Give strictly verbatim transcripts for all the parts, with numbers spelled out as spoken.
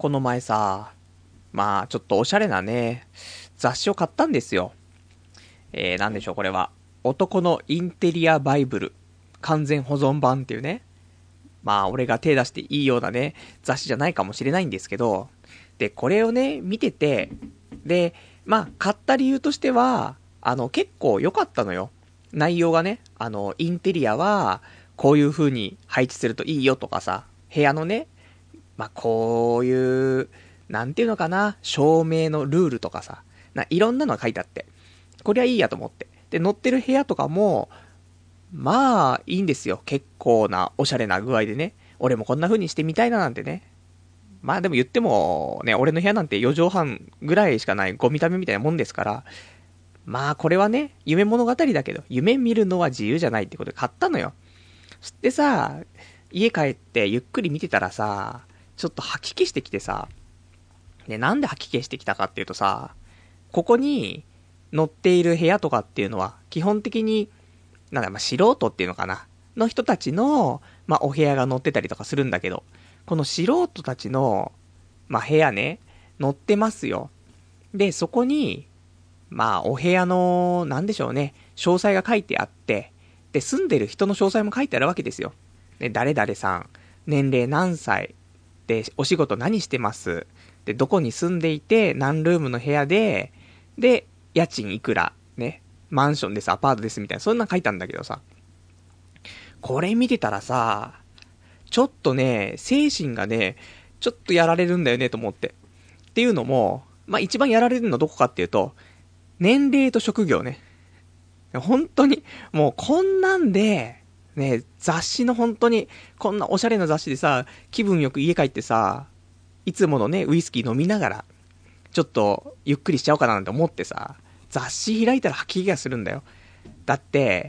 この前さ、まあちょっとおしゃれなね、雑誌を買ったんですよ。えー、なんでしょうこれは。男のインテリアバイブル、完全保存版っていうね。まあ俺が手出していいようなね、雑誌じゃないかもしれないんですけど、で、これをね、見てて、で、まあ買った理由としては、あの結構良かったのよ。内容がね、あの、インテリアは、こういう風に配置するといいよとかさ、部屋のね、まあ、こういう、なんていうのかな、照明のルールとかさ、ないろんなのが書いてあって、これはいいやと思って。で、乗ってる部屋とかも、まあ、いいんですよ。結構な、おしゃれな具合でね。俺もこんな風にしてみたいななんてね。まあでも言っても、ね、俺の部屋なんてよ畳半ぐらいしかないゴミためみたいなもんですから、まあこれはね、夢物語だけど、夢見るのは自由じゃないってことで買ったのよ。そしてさ、家帰ってゆっくり見てたらさ、ちょっと吐き気してきてさ、で、なんで吐き気してきたかっていうとさ、ここに乗っている部屋とかっていうのは、基本的に、なんだ、まあ、素人っていうのかなの人たちの、まあ、お部屋が載ってたりとかするんだけど、この素人たちの、まあ、部屋ね、載ってますよ。で、そこに、まあ、お部屋の、なんでしょうね、詳細が書いてあって、で、住んでる人の詳細も書いてあるわけですよ。で、誰々さん、年齢何歳、で、お仕事何してます、で、どこに住んでいて、何ルームの部屋で、で、家賃いくら、ね、マンションです、アパートです、みたいな、そんなん書いたんだけどさ、これ見てたらさ、ちょっとね、精神がね、ちょっとやられるんだよね、と思って。っていうのも、まあ、一番やられるのどこかっていうと、年齢と職業ね。本当に、もうこんなんで、ね、雑誌の本当に、こんなおしゃれな雑誌でさ、気分よく家帰ってさ、いつものね、ウイスキー飲みながら、ちょっとゆっくりしちゃおうかななんて思ってさ、雑誌開いたら吐き気がするんだよ。だって、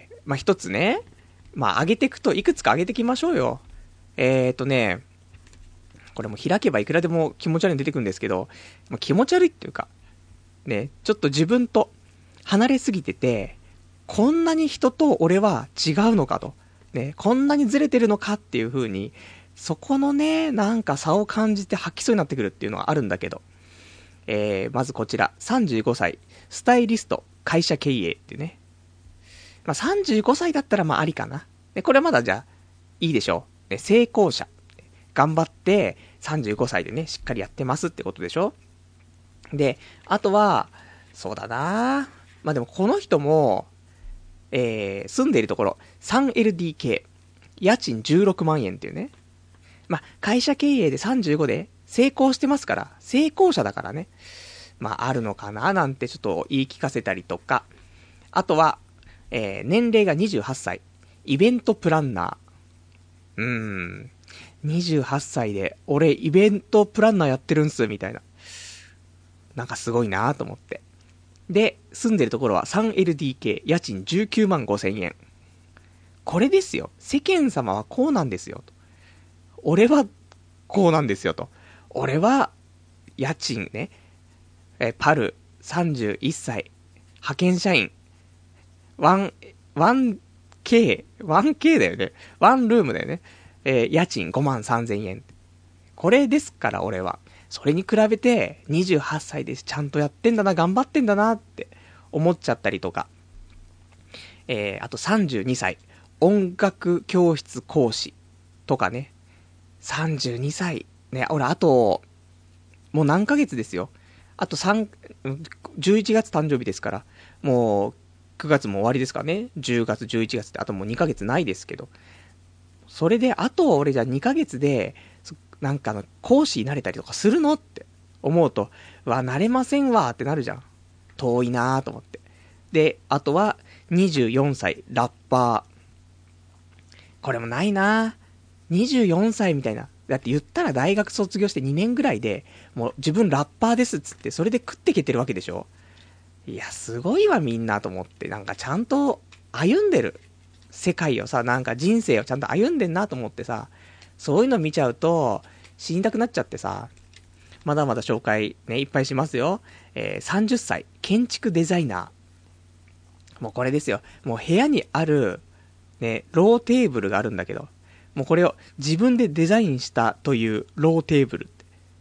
まあ、一つね、まあ、上げていくといくつか上げていきましょうよ。えーとね、これも開けばいくらでも気持ち悪いの出てくるんですけど、まあ、気持ち悪いっていうか、ね、ちょっと自分と離れすぎてて、こんなに人と俺は違うのかと。ね、こんなにずれてるのかっていう風に、そこのね、なんか差を感じて吐きそうになってくるっていうのがあるんだけど。えー、まずこちら、さんじゅうごさい、スタイリスト、会社経営っていうね。まあ、さんじゅうごさいだったらまあありかな。で、これはまだじゃあ、いいでしょう。ね、成功者。頑張って、さんじゅうごさいでね、しっかりやってますってことでしょ。で、あとは、そうだなまあでもこの人も、えー、住んでいるところ、スリーエルディーケー、家賃じゅうろくまん円っていうね。まあ、会社経営でさんじゅうごで成功してますから、成功者だからね。まあ、あるのかななんてちょっと言い聞かせたりとか。あとは、えー、年齢がにじゅうはっさい、イベントプランナー。うーん、にじゅうはっさいで、俺イベントプランナーやってるんす、みたいな。なんかすごいなと思って。で、住んでるところは スリーエルディーケー、家賃じゅうきゅうまんごせんえん。これですよ。世間様はこうなんですよ。と。俺はこうなんですよと。俺は家賃ね、えパルさんじゅういっさい、派遣社員、ワン、ワンケー、ワンケー だよね。ワンルームだよね。えー家賃ごまんさんぜんえん。これですから俺は。それに比べてにじゅうはっさいでちゃんとやってんだな、頑張ってんだなって思っちゃったりとか。えー、あとさんじゅうにさい、音楽教室講師とかね。さんじゅうにさい。ね、俺あと、もう何ヶ月ですよ。あとさん、じゅういちがつ誕生日ですから、もうくがつも終わりですからね。じゅうがつ、じゅういちがつってあともうにかげつないですけど。それで、あと俺じゃにかげつで、なんかの講師になれたりとかするのって思うと、わ、なれませんわってなるじゃん。遠いなーと思って。で、あとはにじゅうよんさい、ラッパー。これもないなー。にじゅうよんさいみたいな。だって言ったら大学卒業してにねんぐらいで、もう自分ラッパーですっつって、それで食っていけてるわけでしょ。いや、すごいわみんなと思って、なんかちゃんと歩んでる。世界をさ、なんか人生をちゃんと歩んでんなと思ってさ、そういうの見ちゃうと、死にたくなっちゃってさ、まだまだ紹介ね、いっぱいしますよ。えー、さんじゅっさい、建築デザイナー。もうこれですよ。もう部屋にある、ね、ローテーブルがあるんだけど、もうこれを自分でデザインしたというローテーブルって。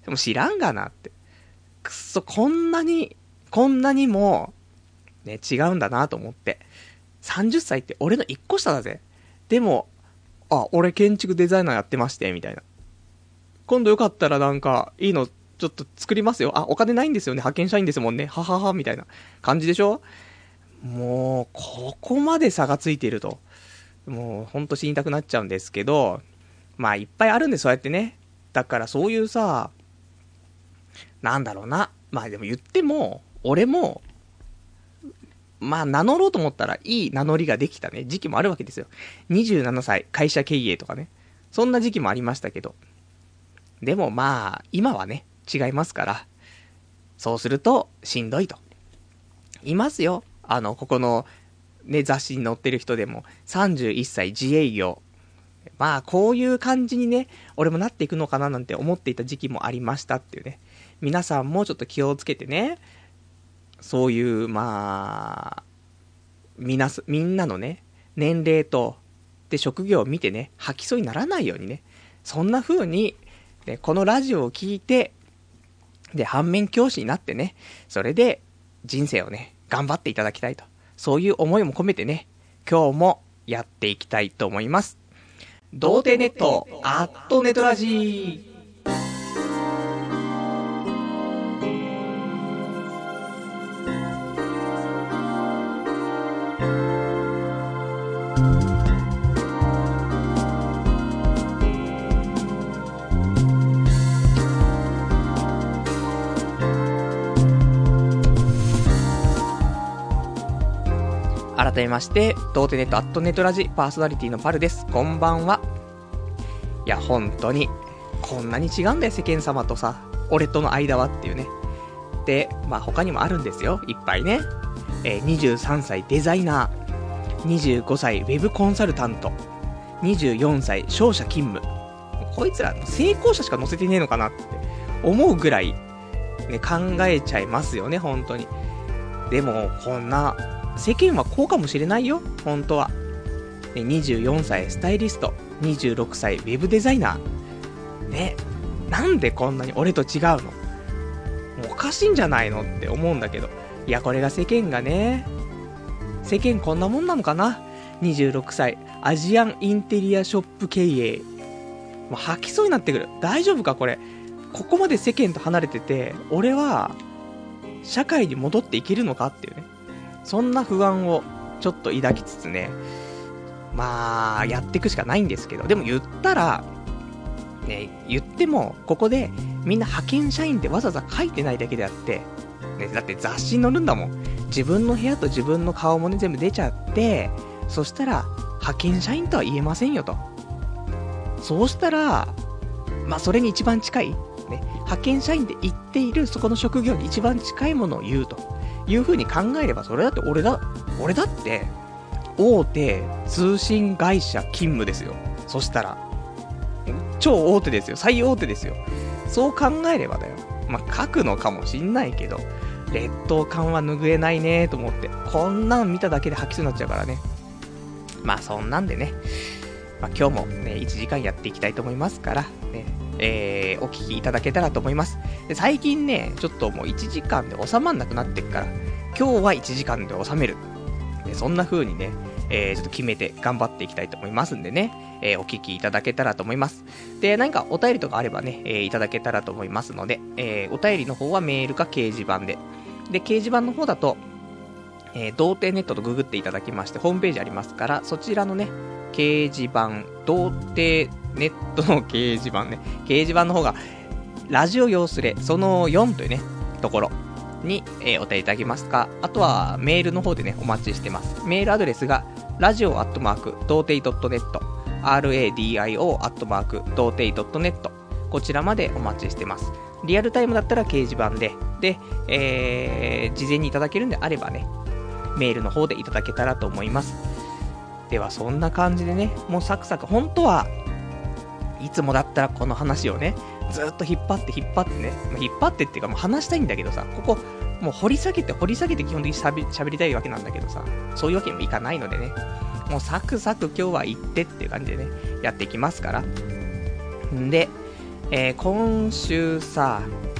でも知らんがなって。くっそ、こんなに、こんなにも、ね、違うんだなと思って。さんじゅっさいって俺のいっこ下だぜ。でも、あ、俺建築デザイナーやってまして、みたいな。今度よかったらなんか、いいの、ちょっと作りますよ。あ、お金ないんですよね。派遣社員ですもんね。ははは、みたいな感じでしょ。もう、ここまで差がついていると。もう、ほんと死にたくなっちゃうんですけど、まあ、いっぱいあるんで、そうやってね。だからそういうさ、なんだろうな。まあでも言っても、俺も、まあ名乗ろうと思ったらいい名乗りができたね、時期もあるわけですよ。にじゅうななさい、会社経営とかね。そんな時期もありましたけど。でもまあ、今はね、違いますから。そうすると、しんどいと。いますよ。あの、ここの、ね、雑誌に載ってる人でも、さんじゅういっさい自営業。まあ、こういう感じにね、俺もなっていくのかななんて思っていた時期もありましたっていうね。皆さんもちょっと気をつけてね、そういう、まあ、みなす、みんなのね、年齢と、で、職業を見てね、吐きそうにならないようにね、そんな風に、ね、このラジオを聞いて、で、反面教師になってね、それで、人生をね、頑張っていただきたいと。そういう思いも込めてね、今日もやっていきたいと思います。童貞ネット、アットネトラジー。改めまして、童貞ネットアットネトラジパーソナリティのパルです。こんばんは。いや、本当に、こんなに違うんだよ、世間様とさ、俺との間はっていうね。で、まあ他にもあるんですよ、いっぱいね。えー、にじゅうさんさいデザイナー、にじゅうごさいウェブコンサルタント、にじゅうよんさい商社勤務。こいつら成功者しか載せてねえのかなって思うぐらい、ね、考えちゃいますよね、本当に。でも、こんな、世間はこうかもしれないよ、本当は。にじゅうよんさいスタイリスト、にじゅうろくさいウェブデザイナー。ね、なんでこんなに俺と違うの？もうおかしいんじゃないのって思うんだけど。いや、これが世間がね、世間こんなもんなのかな。にじゅうろくさい、アジアンインテリアショップ経営。もう吐きそうになってくる。大丈夫かこれ。ここまで世間と離れてて、俺は、社会に戻っていけるのかっていうね。そんな不安をちょっと抱きつつね、まあ、やっていくしかないんですけど、でも言ったら、ね、言っても、ここでみんな派遣社員ってわざわざ書いてないだけであって、ね、だって雑誌に載るんだもん。自分の部屋と自分の顔もね、全部出ちゃって、そしたら、派遣社員とは言えませんよと。そうしたら、まあ、それに一番近い、ね、派遣社員で言っているそこの職業に一番近いものを言うという風に考えれば、それだって俺だ、俺だって、大手通信会社勤務ですよ。そしたら、超大手ですよ。最大手ですよ。そう考えればだよ。まあ、書くのかもしんないけど、劣等感は拭えないねと思って。こんなん見ただけで吐きそうになっちゃうからね。まあ、そんなんでね。まあ、今日もね、いちじかんやっていきたいと思いますから、ね、えー、お聞きいただけたらと思います。で、最近ね、ちょっともういちじかんで収まんなくなってっから、今日はいちじかんで収める。で、そんな風にね、えー、ちょっと決めて頑張っていきたいと思いますんでね、えー、お聞きいただけたらと思います。で、何かお便りとかあればね、えー、いただけたらと思いますので、えー、お便りの方はメールか掲示板で。で、掲示板の方だと、えー、童貞ネットとググっていただきまして、ホームページありますから、そちらのね、掲示板、童貞ネットの掲示板ね、掲示板の方が、ラジオ用スレ、そのよんというね、ところに、えー、お便りいただけますか、あとはメールの方でね、お待ちしてます。メールアドレスが、ラジオアットマーク、童貞 .net、radio アットマーク、童貞 .net、こちらまでお待ちしてます。リアルタイムだったら掲示板で、で、えー、事前にいただけるんであればね、メールの方でいただけたらと思います。ではそんな感じでね、もうサクサク、本当はいつもだったらこの話をね、ずっと引っ張って引っ張ってね、引っ張ってっていうかもう話したいんだけどさ、ここもう掘り下げて掘り下げて基本的にしゃべ、しゃべりたいわけなんだけどさ、そういうわけにもいかないのでね、もうサクサク今日は行ってっていう感じでね、やっていきますから。んで、 えー、今週さ、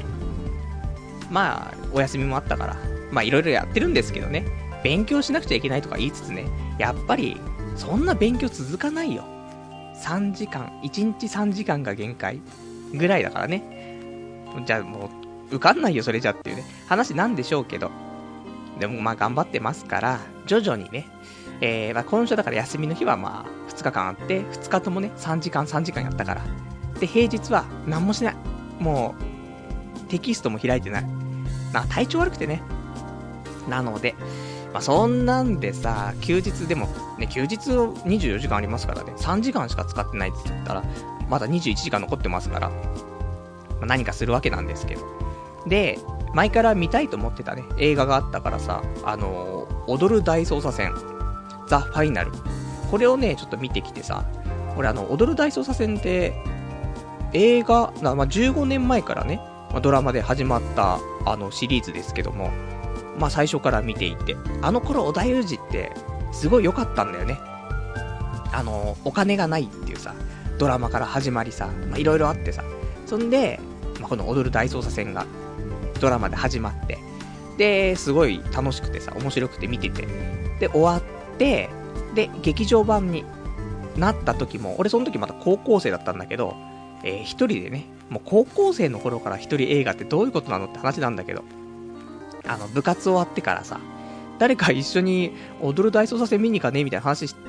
まあ、お休みもあったから、まあいろいろやってるんですけどね、勉強しなくちゃいけないとか言いつつね、やっぱり、そんな勉強続かないよ。さんじかん、いちにちさんじかんが限界ぐらいだからね。じゃあもう、受かんないよ、それじゃっていうね、話なんでしょうけど。でもまあ頑張ってますから、徐々にね、えー、まあ今週だから休みの日はまあふつかかんあって、ふつかともね、さんじかんさんじかんやったから。で、平日は何もしない。もう、テキストも開いてない。なんか体調悪くてね。なので、まあそんなんでさ、休日でも、ね、休日にじゅうよじかんありますからね、さんじかんしか使ってないって言ったら、まだにじゅういちじかん残ってますから、まあ、何かするわけなんですけど。で、前から見たいと思ってたね、映画があったからさ、あのー、踊る大捜査線、ザ・ファイナル。これをね、ちょっと見てきてさ、俺あの、踊る大捜査線って、映画、まあ、じゅうごねんまえからね、まあ、ドラマで始まったあのシリーズですけども、まあ最初から見ていて、あの頃織田裕二ってすごい良かったんだよね。あのお金がないっていうさ、ドラマから始まりさ、まあいろいろあってさ、そんで、まあ、この踊る大捜査線がドラマで始まって、ですごい楽しくてさ、面白くて見てて、で終わって、で劇場版になった時も、俺その時まだ高校生だったんだけど、えー、一人でね、もう高校生の頃から一人映画ってどういうことなのって話なんだけど、あの部活終わってからさ、誰か一緒に踊る大捜査線見に行かねえみたいな話して、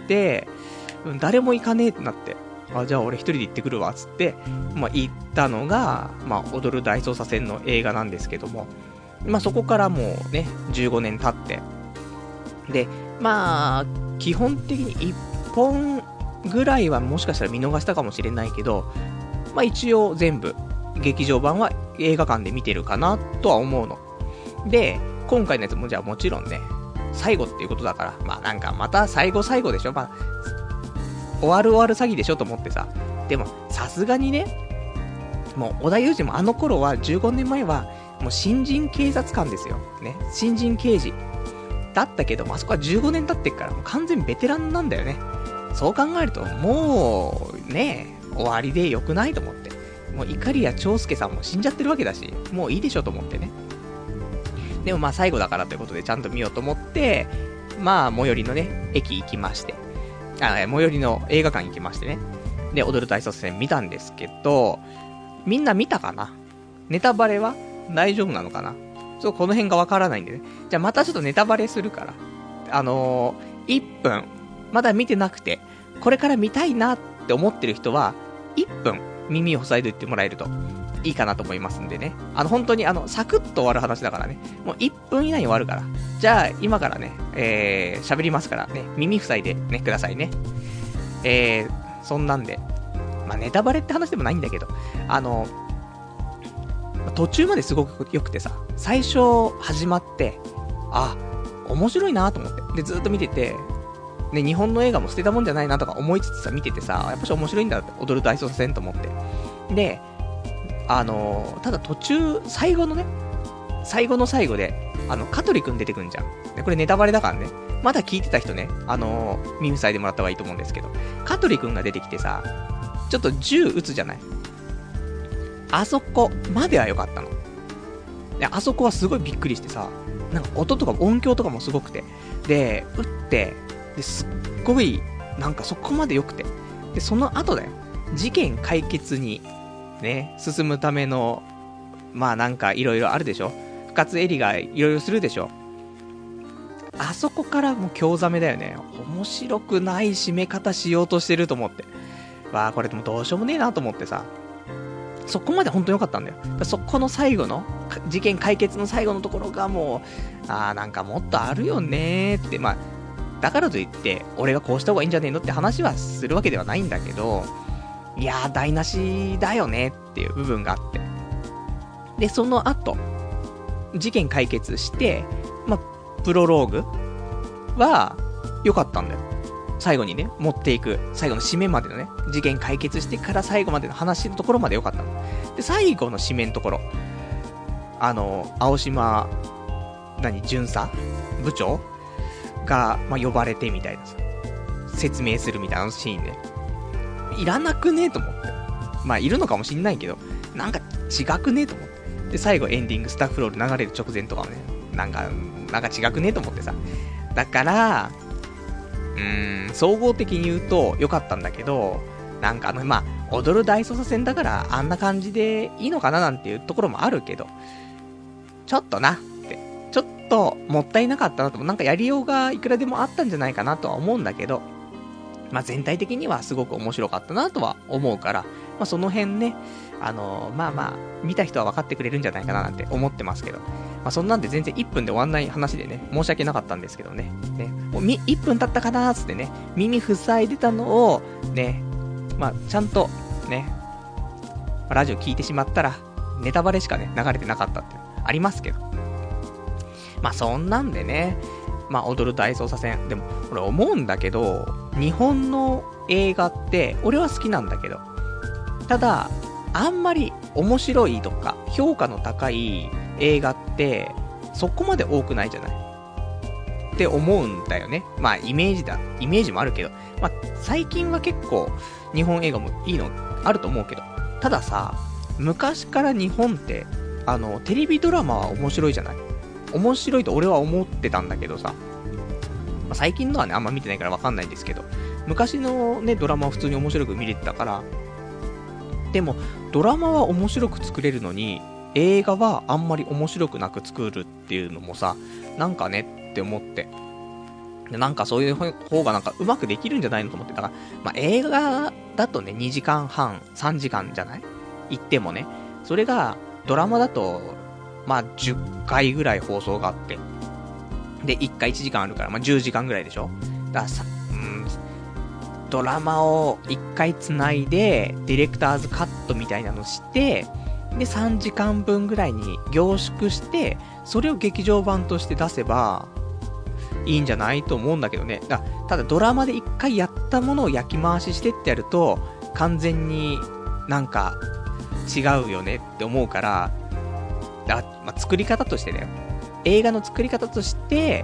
うん、誰も行かねえってなって、あ、じゃあ俺一人で行ってくるわっつって、まあ、行ったのが、まあ、踊る大捜査線の映画なんですけども、まあ、そこからもうねじゅうごねん経って、でまあ基本的にいっぽんぐらいはもしかしたら見逃したかもしれないけど、まあ一応全部劇場版は映画館で見てるかなとは思うので、今回のやつもじゃあもちろんね、最後っていうことだから、まあなんかまた最後最後でしょ、まあ終わる終わる詐欺でしょと思ってさ、でもさすがにね、もう織田裕二もあの頃はじゅうごねんまえはもう新人警察官ですよね、新人刑事だったけど、あそこはじゅうごねん経ってっからもう完全ベテランなんだよね。そう考えるともうね、終わりで良くないと思って、もう碇谷長介さんも死んじゃってるわけだし、もういいでしょと思ってね。でもまあ最後だからということでちゃんと見ようと思って、まあ最寄りのね駅行きまして、あ、最寄りの映画館行きましてね、で踊る大捜査線見たんですけど、みんな見たかな？ネタバレは大丈夫なのかな？ちょっとこの辺がわからないんでね。じゃあまたちょっとネタバレするから、あのー、いっぷんまだ見てなくてこれから見たいなって思ってる人はいっぷん耳を塞いでいってもらえるといいかなと思いますんでね。あの本当にあのサクッと終わる話だからね、もういっぷん以内に終わるから、じゃあ今からねえー、喋りますからね、耳塞いでねくださいね。えー、そんなんで、まあネタバレって話でもないんだけど、あの途中まですごく良くてさ、最初始まってあ面白いなと思って、でずっと見てて、ね、日本の映画も捨てたもんじゃないなとか思いつつさ見ててさ、やっぱし面白いんだって、踊る大捜査線と思って、であのー、ただ途中最後のね最後の最後であの香取くん出てくんじゃん。でこれネタバレだからね、まだ聞いてた人ね、あのー、耳塞いでもらった方がいいと思うんですけど、香取くんが出てきてさ、ちょっと銃撃つじゃない。あそこまでは良かったの。であそこはすごいびっくりしてさ、なんか音とか音響とかもすごくて、で撃ってですっごいなんかそこまで良くて、でその後だよ、事件解決にね進むためのまあなんかいろいろあるでしょ、深津絵里がいろいろするでしょ。あそこからもう興ざめだよね。面白くない締め方しようとしてると思って、わあこれでもどうしようもねえなと思ってさ、そこまで本当に良かったんだよ。そこの最後の事件解決の最後のところがもう、あーなんかもっとあるよねーって、まあだからといって俺がこうした方がいいんじゃねえのって話はするわけではないんだけど、いやー台無しだよねっていう部分があって、でその後事件解決して、まあプロローグは良かったんだよ。最後にね持っていく最後の締めまでのね、事件解決してから最後までの話のところまで良かったので、最後の締めのところ、あの青島何巡査部長が、まあ、呼ばれてみたいなさ、説明するみたいなシーンでいらなくねえと思って、 まあいるのかもしんないけど、なんか違くねと思って。で、最後エンディングスタッフロール流れる直前とかもね、なんか、なんか違くねと思ってさ。だから、うーん、総合的に言うと良かったんだけど、なんかあの、まあ、踊る大捜査線だからあんな感じでいいのかななんていうところもあるけど、ちょっとなって、ちょっともったいなかったなと、なんかやりようがいくらでもあったんじゃないかなとは思うんだけど、まあ全体的にはすごく面白かったなとは思うから、まあその辺ね、あのー、まあまあ、見た人は分かってくれるんじゃないかななんて思ってますけど、まあそんなんで全然いっぷんで終わんない話でね、申し訳なかったんですけどね、ね、もうみいっぷん経ったかなーつってね、耳塞いでたのを、ね、まあちゃんとね、ラジオ聞いてしまったら、ネタバレしかね、流れてなかったってありますけど、まあそんなんでね、まあ踊る大捜査線、でも俺思うんだけど、日本の映画って俺は好きなんだけど、ただあんまり面白いとか評価の高い映画ってそこまで多くないじゃないって思うんだよね。まあイメージだイメージもあるけど、まあ最近は結構日本映画もいいのあると思うけど、たださ、昔から日本ってあのテレビドラマは面白いじゃない。面白いと俺は思ってたんだけどさ、まあ、最近のはねあんま見てないからわかんないんですけど、昔のねドラマは普通に面白く見れてたから。でもドラマは面白く作れるのに映画はあんまり面白くなく作るっていうのもさ、なんかねって思って、でなんかそういう方がなんかうまくできるんじゃないのと思って。だから、まあ、映画だとねにじかんはんさんじかんじゃない言ってもね、それがドラマだとまあじゅっかいぐらい放送があって、でいっかいいちじかんあるから、まあじゅうじかんぐらいでしょ。だからさ、うーん、ドラマをいっかいつないでディレクターズカットみたいなのして、でさんじかんぶんぐらいに凝縮して、それを劇場版として出せばいいんじゃないと思うんだけどね。だただドラマでいっかいやったものを焼き回ししてってやると完全になんか違うよねって思うから、だ、まあ、作り方としてだよ、映画の作り方として、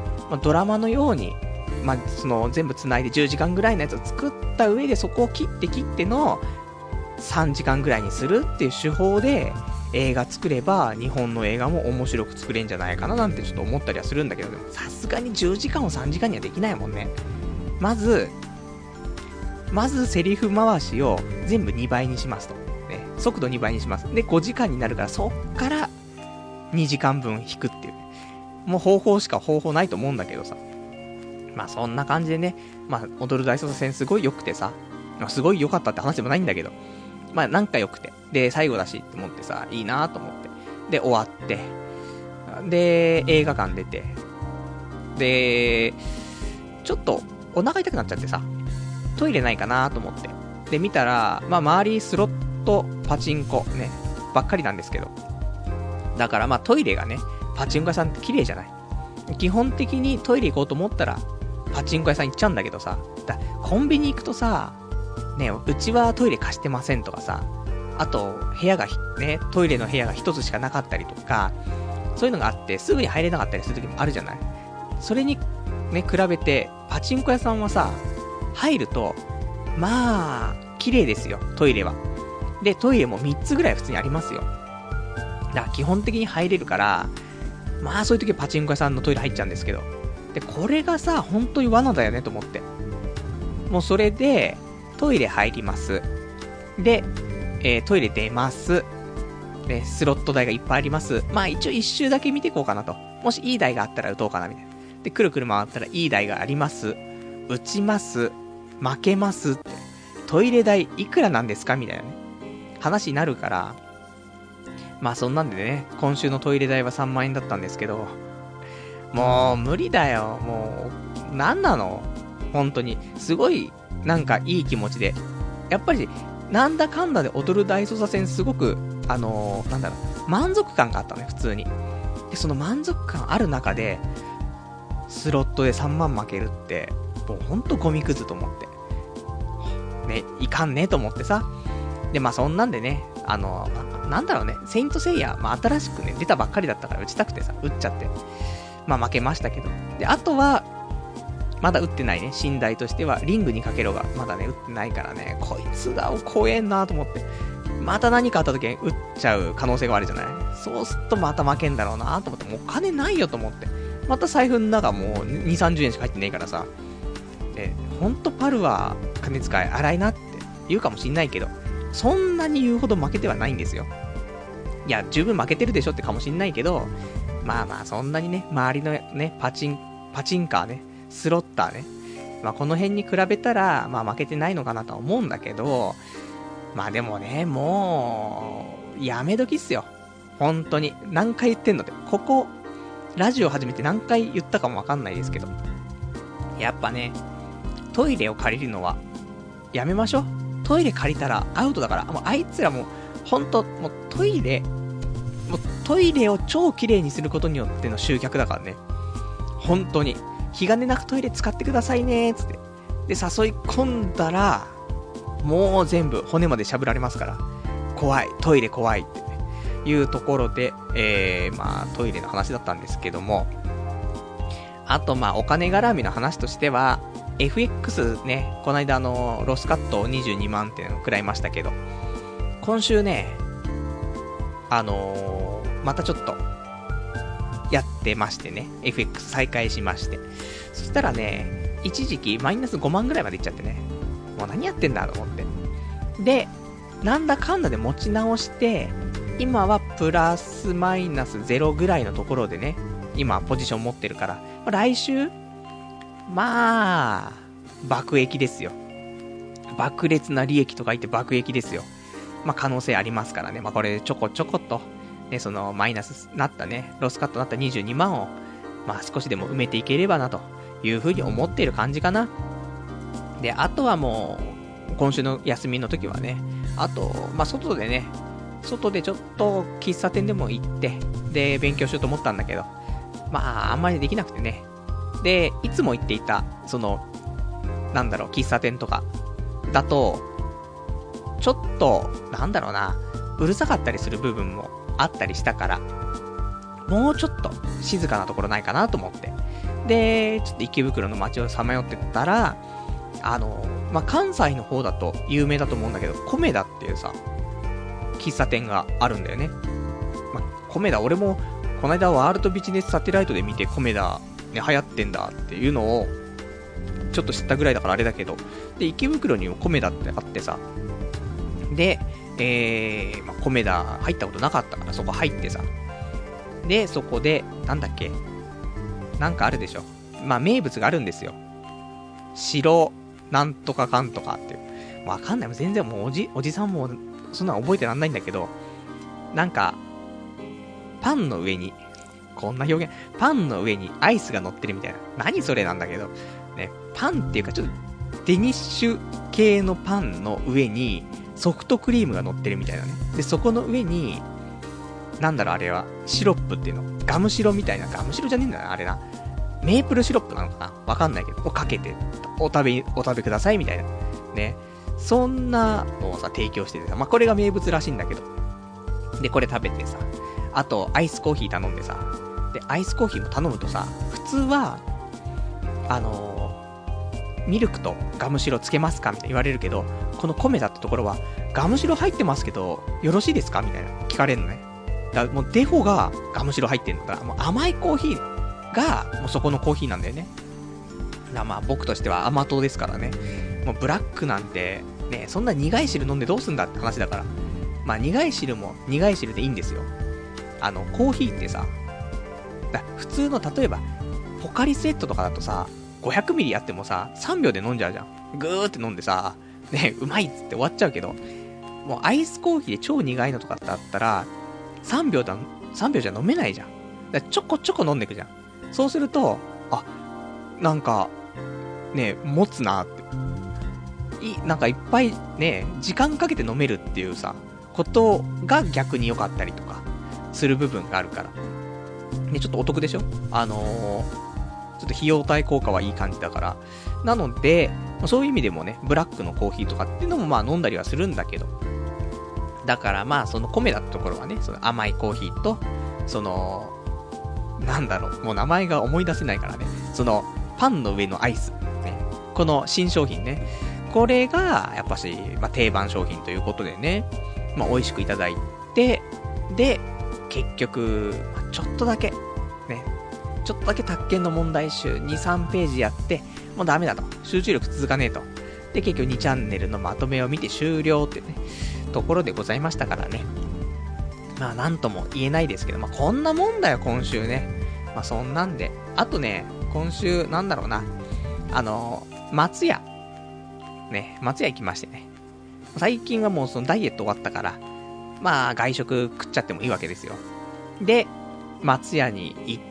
まあ、ドラマのように、まあ、その全部つないでじゅうじかんぐらいのやつを作った上で、そこを切って切ってのさんじかんぐらいにするっていう手法で映画作れば、日本の映画も面白く作れんじゃないかななんてちょっと思ったりはするんだけど、さすがにじゅうじかんをさんじかんにはできないもんね。まずまずセリフ回しを全部にばいにしますと、ね、速度にばいにします。でごじかんになるから、そっからにじかんぶん引くっていう、もう方法しか方法ないと思うんだけどさ、まあそんな感じでね、まあ踊る大捜査線すごい良くてさ、まあ、すごい良かったって話でもないんだけど、まあなんか良くて、で最後だしって思ってさ、いいなと思って、で終わって、で映画館出て、でちょっとお腹痛くなっちゃってさ、トイレないかなと思って、で見たら、まあ周りスロットパチンコねばっかりなんですけど、だからまあトイレがね、パチンコ屋さんって綺麗じゃない。基本的にトイレ行こうと思ったらパチンコ屋さん行っちゃうんだけどさ、だコンビニ行くとさ、ね、うちはトイレ貸してませんとかさ、あと部屋がね、トイレの部屋が一つしかなかったりとか、そういうのがあってすぐに入れなかったりする時もあるじゃない。それにね比べてパチンコ屋さんはさ、入るとまあ綺麗ですよ、トイレは。でトイレもみっつぐらい普通にありますよ。だから基本的に入れるから、まあそういう時はパチンコ屋さんのトイレ入っちゃうんですけど、でこれがさ本当に罠だよねと思って、もうそれでトイレ入ります。で、えー、トイレ出ます。でスロット台がいっぱいあります。まあ一応一周だけ見ていこうかなと、もしいい台があったら打とうかなみたいな。でくるくる回ったらいい台があります。打ちます。負けますって、トイレ代いくらなんですかみたいなね話になるから、まあそんなんでね、今週のトイレ代はさんまんえんだったんですけど、もう無理だよ。もうなんなの本当に、すごいなんかいい気持ちで、やっぱりなんだかんだで踊る大捜査線すごくあのー、なんだろう、満足感があったね普通に。でその満足感ある中でスロットでさんまん負けるってもうほんとゴミくずと思ってね、いかんねと思ってさ。でまあそんなんでね、あのー、なんだろうね、セイントセイヤ、まあ新しくね出たばっかりだったから打ちたくてさ、打っちゃって、まあ負けましたけど、であとはまだ打ってないね、寝台としてはリングにかけろがまだね打ってないからね、こいつが怖えんなと思って、 また何かあった時に打っちゃう可能性があるじゃない。そうするとまた負けんだろうなと思って、もうお金ないよと思って。また財布の中もうに、さんじゅうえんしか入ってねえからさ。で、ほんとパルは金遣い荒いなって言うかもしんないけど、そんなに言うほど負けてはないんですよ。いや、十分負けてるでしょってかもしんないけど、まあまあそんなにね、周りのね、パチン、パチンカーね、スロッターね、まあこの辺に比べたら、まあ負けてないのかなとは思うんだけど、まあでもね、もう、やめ時っすよ。本当に。何回言ってんのって。ここ、ラジオ始めて何回言ったかもわかんないですけど。やっぱね、トイレを借りるのは、やめましょう。トイレ借りたらアウトだから。もうあいつらもう、ほんと、もうトイレ、もうトイレを超綺麗にすることによっての集客だからね。本当に。気兼ねなくトイレ使ってくださいねーつって。で、誘い込んだら、もう全部骨までしゃぶられますから。怖い。トイレ怖いって、ね、いうところで、えー、まあトイレの話だったんですけども。あとまあお金絡みの話としては、エフエックス ね、この間あの、ロスカットにじゅうにまんっていうのを食らいましたけど、今週ね、あのー、またちょっと、やってましてね、エフエックス 再開しまして。そしたらね、一時期マイナスごまんぐらいまでいっちゃってね、もう何やってんだと思って。で、なんだかんだで持ち直して、今はプラスマイナスゼロぐらいのところでね、今ポジション持ってるから、来週まあ、爆益ですよ。爆裂な利益とか言って爆益ですよ。まあ可能性ありますからね。まあこれちょこちょこっと、ね、そのマイナスなったね、ロスカットなったにじゅうにまんを、まあ少しでも埋めていければなというふうに思っている感じかな。で、あとはもう、今週の休みの時はね、あと、まあ外でね、外でちょっと喫茶店でも行って、で、勉強しようと思ったんだけど、まああんまりできなくてね。で、いつも行っていた、その、なんだろう、喫茶店とか、だと、ちょっと、なんだろうな、うるさかったりする部分もあったりしたから、もうちょっと静かなところないかなと思って。で、ちょっと池袋の街をさまよってったら、あの、まあ、関西の方だと有名だと思うんだけど、コメダっていうさ、喫茶店があるんだよね。まあ、コメダ、俺も、この間ワールドビジネスサテライトで見てコメダ、ね、流行ってんだっていうのを、ちょっと知ったぐらいだからあれだけど、で、池袋にもコメダってあってさ、で、えー、まあ、コメダ入ったことなかったからそこ入ってさ、で、そこで、なんだっけ、なんかあるでしょ。まあ、名物があるんですよ。白、なんとかかんとかっていう。わかんない。全然もうおじ、おじさんも、そんなの覚えてらんないんだけど、なんか、パンの上に、こんな表現、パンの上にアイスが乗ってるみたいな。何それなんだけど、ね、パンっていうかちょっと、デニッシュ系のパンの上に、ソフトクリームが乗ってるみたいなね。で、そこの上に、なんだろうあれは、シロップっていうの。ガムシロみたいな、ガムシロじゃねえんだな、あれな。メープルシロップなのかなわかんないけど、をかけて、お食べ、お食べくださいみたいな。ね。そんなのをさ、提供しててさ、まあ、これが名物らしいんだけど。で、これ食べてさ、あと、アイスコーヒー頼んでさ、で、アイスコーヒーも頼むとさ、普通は、あのー、ミルクとガムシロつけますかみたいな言われるけど、このコメダってところは、ガムシロ入ってますけど、よろしいですかみたいな聞かれるのね。だからもうデフォがガムシロ入ってんのだから、もう甘いコーヒーが、もうそこのコーヒーなんだよね。だからまあ僕としては甘党ですからね。もうブラックなんて、ね、そんな苦い汁飲んでどうすんだって話だから。まあ苦い汁も苦い汁でいいんですよ。あの、コーヒーってさ、だ普通の例えば、ポカリスエットとかだとさ、ごひゃくミリやってもさ、さんびょうで飲んじゃうじゃん。ぐーって飲んでさ、ね、うまいっつって終わっちゃうけど、もうアイスコーヒーで超苦いのとかだったら、さんびょうだ、さんびょうじゃ飲めないじゃん。だちょこちょこ飲んでくじゃん。そうすると、あ、なんか、ね、持つなって。い、なんかいっぱいね、時間かけて飲めるっていうさ、ことが逆に良かったりとか、する部分があるから。ね、ちょっとお得でしょ？あのー、ちょっと費用対効果はいい感じだから。なので、そういう意味でもね、ブラックのコーヒーとかっていうのもまあ飲んだりはするんだけど。だからまあその米だったところはね、その甘いコーヒーと、その、なんだろう、もう名前が思い出せないからね、そのパンの上のアイス、ね、この新商品ね、これがやっぱし、まあ、定番商品ということでね、 まあ美味しくいただいて、で、結局、ちょっとだけ、ね、ちょっとだけ宅建の問題集に、さんページやって、もうダメだと。集中力続かねえと。で、結局にチャンネルのまとめを見て終了っていうね、ところでございましたからね。まあなんとも言えないですけど、まあこんなもんだよ、今週ね。まあそんなんで。あとね、今週、なんだろうな。あの、松屋。ね、松屋行きましてね。最近はもうそのダイエット終わったから、まあ外食食っちゃってもいいわけですよ。で、松屋に行って、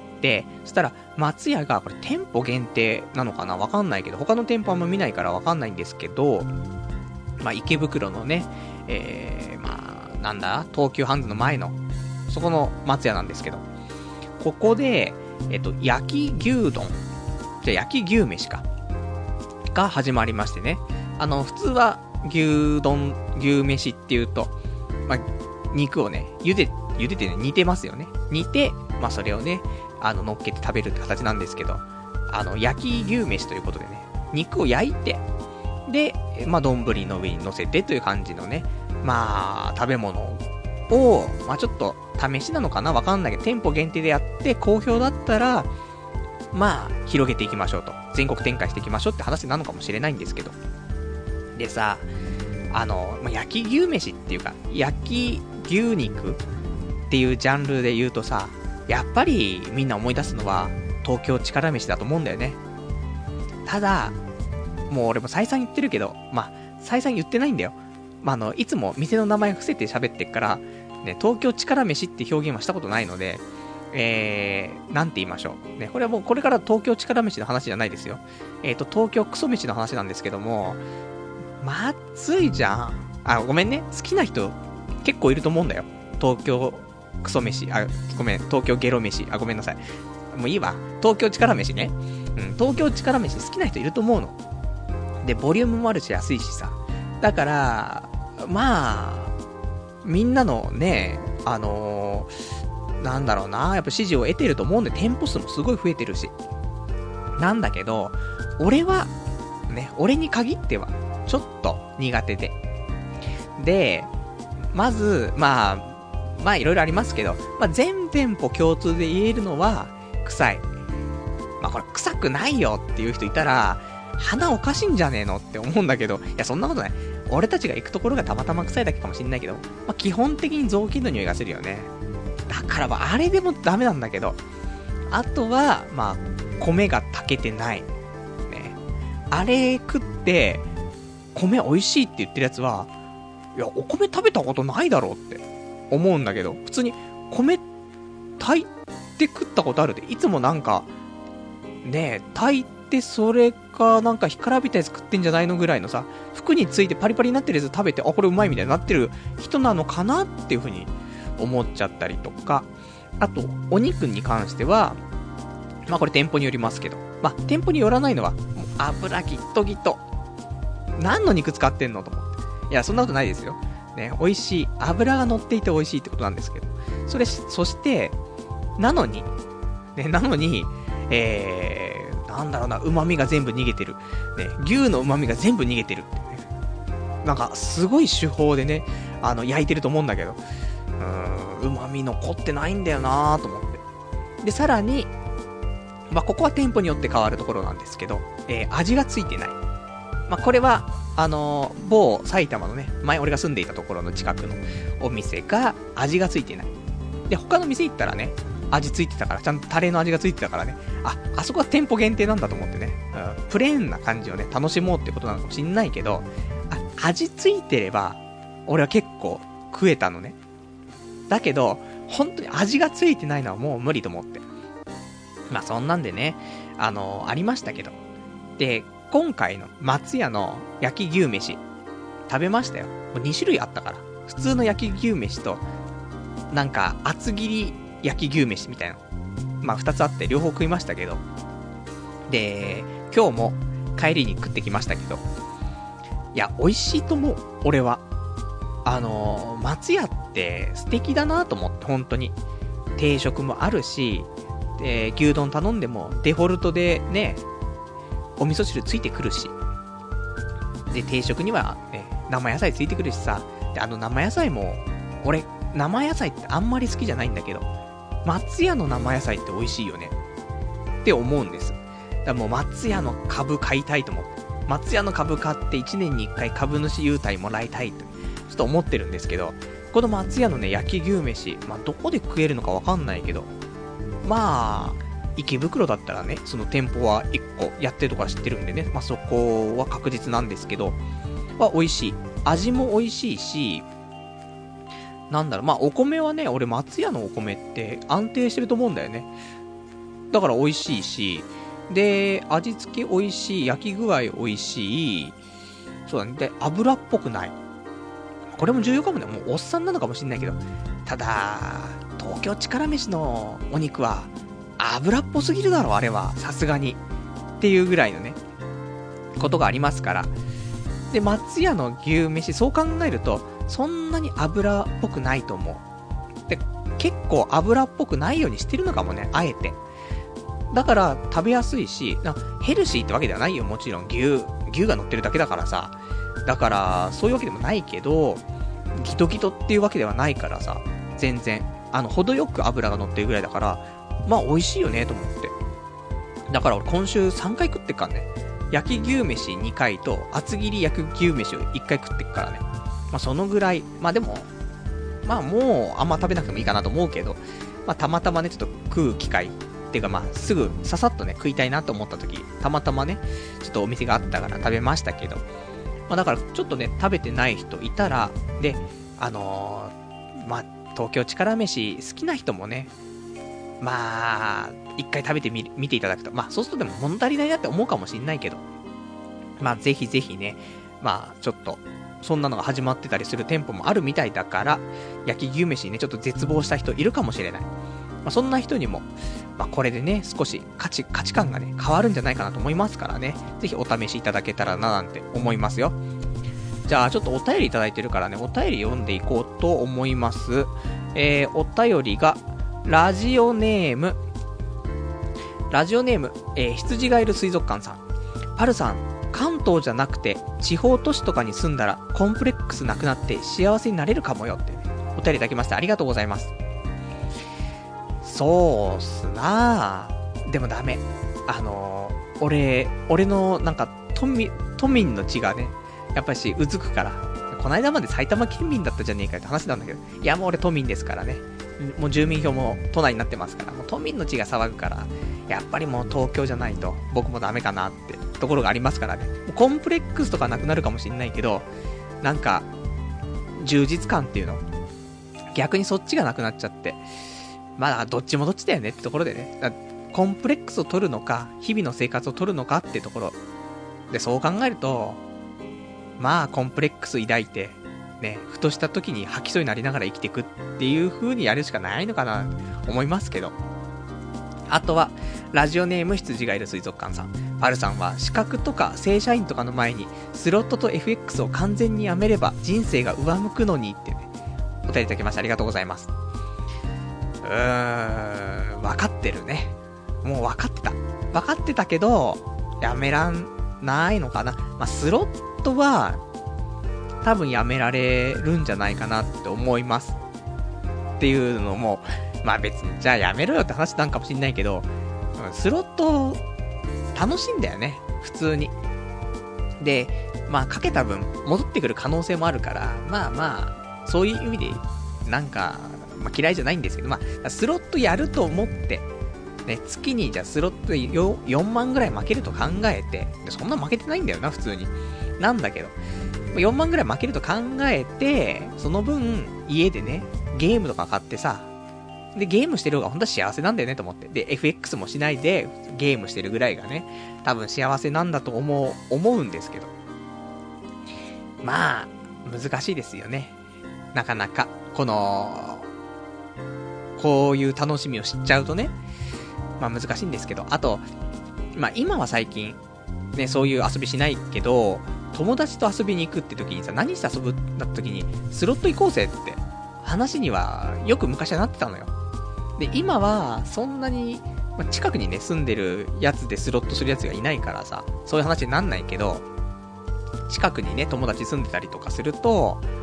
そしたら松屋がこれ店舗限定なのかなわかんないけど、他の店舗あんま見ないからわかんないんですけど、まあ池袋のね、えー、まあなんだ東急ハンズの前のそこの松屋なんですけど、ここでえっと焼き牛丼、じゃ焼き牛飯かが始まりましてね。あの普通は牛丼牛飯っていうと、まあ肉をね茹で茹でてね煮てますよね。煮てまあそれをねあの乗っけて食べるって形なんですけど、あの焼き牛飯ということでね、肉を焼いて、でまあ丼の上に乗せてという感じのね、まあ食べ物をまあちょっと試しなのかなわかんないけど、店舗限定でやって好評だったらまあ広げていきましょうと、全国展開していきましょうって話なのかもしれないんですけど、でさ、あの、まあ、焼き牛飯っていうか焼き牛肉っていうジャンルで言うとさ、やっぱりみんな思い出すのは東京力飯だと思うんだよね。ただもう俺も再三言ってるけど、まあ再三言ってないんだよ。まあ、あのいつも店の名前伏せて喋ってっから、ね、東京力飯って表現はしたことないので、えー、なんて言いましょう、ね、これはもうこれから東京力飯の話じゃないですよ。えっと東京クソ飯の話なんですけども、まずいじゃん。あ、ごめんね、好きな人結構いると思うんだよ。東京クソ飯、あ、ごめん、東京ゲロ飯、あ、ごめんなさい。もういいわ。東京力飯ね。うん、東京力飯好きな人いると思うの。で、ボリュームもあるし安いしさ。だから、まあ、みんなのね、あのー、なんだろうな、やっぱ支持を得てると思うんで、店舗数もすごい増えてるし。なんだけど、俺は、ね、俺に限っては、ちょっと苦手で。で、まず、まあ、まあいろいろありますけど、まあ全店舗共通で言えるのは、臭い。まあこれ臭くないよっていう人いたら、鼻おかしいんじゃねえのって思うんだけど、いやそんなことない。俺たちが行くところがたまたま臭いだけかもしんないけど、まあ基本的に雑巾の匂いがするよね。だからまああれでもダメなんだけど、あとは、まあ、米が炊けてない。ね。あれ食って、米美味しいって言ってるやつは、いや、お米食べたことないだろうって思うんだけど、普通に米炊いて食ったことあるで、いつもなんか、ねえ、炊いてそれかなんか干からびたやつ食ってんじゃないのぐらいのさ、服についてパリパリになってるやつ食べて、あ、これうまいみたいになってる人なのかなっていう風に思っちゃったりとか、あと、お肉に関しては、まあこれ店舗によりますけど、まあ店舗によらないのは、もう油ギットギット。何の肉使ってんのと思って。いや、そんなことないですよ。ね、美味しい。油が乗っていて美味しいってことなんですけど。それ、そして、なのに、ね、なのに、えー、なんだろうな、旨味が全部逃げてる。ね、牛の旨味が全部逃げてるってね。なんか、すごい手法でね、あの、焼いてると思うんだけど、うーん、旨味残ってないんだよなーと思って。で、さらに、まあ、ここは店舗によって変わるところなんですけど、えー、味がついてない。まあ、これは、あのー、某埼玉のね、前俺が住んでいたところの近くのお店が味がついてない。で、他の店行ったらね、味ついてたから、ちゃんとタレの味がついてたからね、あ、あそこは店舗限定なんだと思ってね、うん、プレーンな感じをね、楽しもうってことなのかもしんないけど、あ、味ついてれば、俺は結構食えたのね。だけど、本当に味がついてないのはもう無理と思って。まあそんなんでね、あのー、ありましたけど。で、今回の松屋の焼き牛飯、食べましたよ。もうに種類あったから。普通の焼き牛飯と、なんか厚切り焼き牛飯みたいな。まあふたつあって両方食いましたけど。で、今日も帰りに食ってきましたけど。いや、美味しいと思う、俺は。あのー、松屋って素敵だなと思って、本当に。定食もあるし、で、牛丼頼んでもデフォルトでね、お味噌汁ついてくるし、で、定食にはね、生野菜ついてくるしさ、 で、あの生野菜も、俺、生野菜ってあんまり好きじゃないんだけど、松屋の生野菜って美味しいよね。って思うんです。だからもう松屋の株買いたいと思って。松屋の株買っていちねんにいっかい株主優待もらいたいと、ちょっと思ってるんですけど、この松屋のね、焼き牛飯、まあ、どこで食えるのかわかんないけど、まあ、池袋だったらね、その店舗はいっこやってるとか知ってるんでね、まあ、そこは確実なんですけど、は美味しい。味も美味しいし、なんだろう、まあ、お米はね、俺松屋のお米って安定してると思うんだよね。だから美味しいし、で、味付け美味しい、焼き具合美味しい、そうだね、で、油っぽくない。これも重要かもね。もうおっさんなのかもしんないけど、ただ、東京力飯のお肉は、油っぽすぎるだろ、あれは。さすがに。っていうぐらいのね、ことがありますから。で、松屋の牛飯、そう考えると、そんなに油っぽくないと思う。で、結構油っぽくないようにしてるのかもね、あえて。だから食べやすいし、なヘルシーってわけではないよ、もちろん。牛、牛が乗ってるだけだからさ。だから、そういうわけでもないけど、ギトギトっていうわけではないからさ、全然。あの、程よく油が乗ってるぐらいだから、まあ美味しいよね、と思って。だから俺今週さんかい食ってっからね。焼き牛飯にかいと、厚切り焼き牛飯をいっかい食ってっからね。まあそのぐらい。まあでも、まあもうあんま食べなくてもいいかなと思うけど、まあたまたまね、ちょっと食う機会。っていうかまあすぐささっとね食いたいなと思った時、たまたまねちょっとお店があったから食べましたけど、まあだからちょっとね食べてない人いたら、であのー、まあ東京力飯好きな人もね、まあ一回食べてみ見ていただくと、まあそうするとでも物足りないなって思うかもしんないけど、まあぜひぜひね、まあちょっとそんなのが始まってたりする店舗もあるみたいだから、焼き牛飯にねちょっと絶望した人いるかもしれない。まあ、そんな人にも、まあ、これでね、少し価値、価値観がね、変わるんじゃないかなと思いますからね。ぜひお試しいただけたらななんて思いますよ。じゃあ、ちょっとお便りいただいてるからね、お便り読んでいこうと思います。えー、お便りが、ラジオネーム、ラジオネーム、えー、羊がいる水族館さん。パルさん、関東じゃなくて、地方都市とかに住んだら、コンプレックスなくなって幸せになれるかもよって、ね、お便りいただきましてありがとうございます。そうっすなぁ。でもダメ。あのー、俺、俺のなんか、都民、都民の血がね、やっぱしうずくから、この間まで埼玉県民だったじゃねえかって話なんだけど、いやもう俺都民ですからね。もう住民票も都内になってますから、もう都民の血が騒ぐから、やっぱりもう東京じゃないと、僕もダメかなってところがありますからね。コンプレックスとかなくなるかもしんないけど、なんか、充実感っていうの、逆にそっちがなくなっちゃって、まあ、どっちもどっちだよねってところでね。だコンプレックスを取るのか、日々の生活を取るのかってところ。で、そう考えると、まあ、コンプレックス抱いて、ね、ふとした時に吐きそうになりながら生きていくっていう風にやるしかないのかな、思いますけど。あとは、ラジオネーム羊がいる水族館さん。パルさんは、資格とか正社員とかの前に、スロットと エフエックス を完全にやめれば、人生が上向くのにってね、お便りいただきましてありがとうございます。うーん、分かってるね。もう分かってた。分かってたけど、やめらんないのかな。まあ、スロットは、多分やめられるんじゃないかなって思います。っていうのも、まあ別に、じゃあやめろよって話なんかもしんないけど、スロット、楽しいんだよね。普通に。で、まあかけた分、戻ってくる可能性もあるから、まあまあ、そういう意味で、なんか、まあ、嫌いじゃないんですけど、まあ、スロットやると思って、ね、月にじゃあスロットでよんまんぐらい負けると考えて、でそんな負けてないんだよな、普通に。なんだけど、よんまんぐらい負けると考えて、その分、家でね、ゲームとか買ってさ、で、ゲームしてる方が本当は幸せなんだよねと思って。で、エフエックス もしないで、ゲームしてるぐらいがね、多分幸せなんだと思う、思うんですけど。まあ、難しいですよね。なかなか、この、こういう楽しみを知っちゃうとね、まあ難しいんですけど、あと、まあ今は最近、ね、そういう遊びしないけど、友達と遊びに行くって時にさ、何して遊ぶだった時に、スロット行こうぜって話にはよく昔はなってたのよ。で、今はそんなに、まあ、近くにね、住んでるやつでスロットするやつがいないからさ、そういう話になんないけど、近くにね、友達住んでたりとかすると、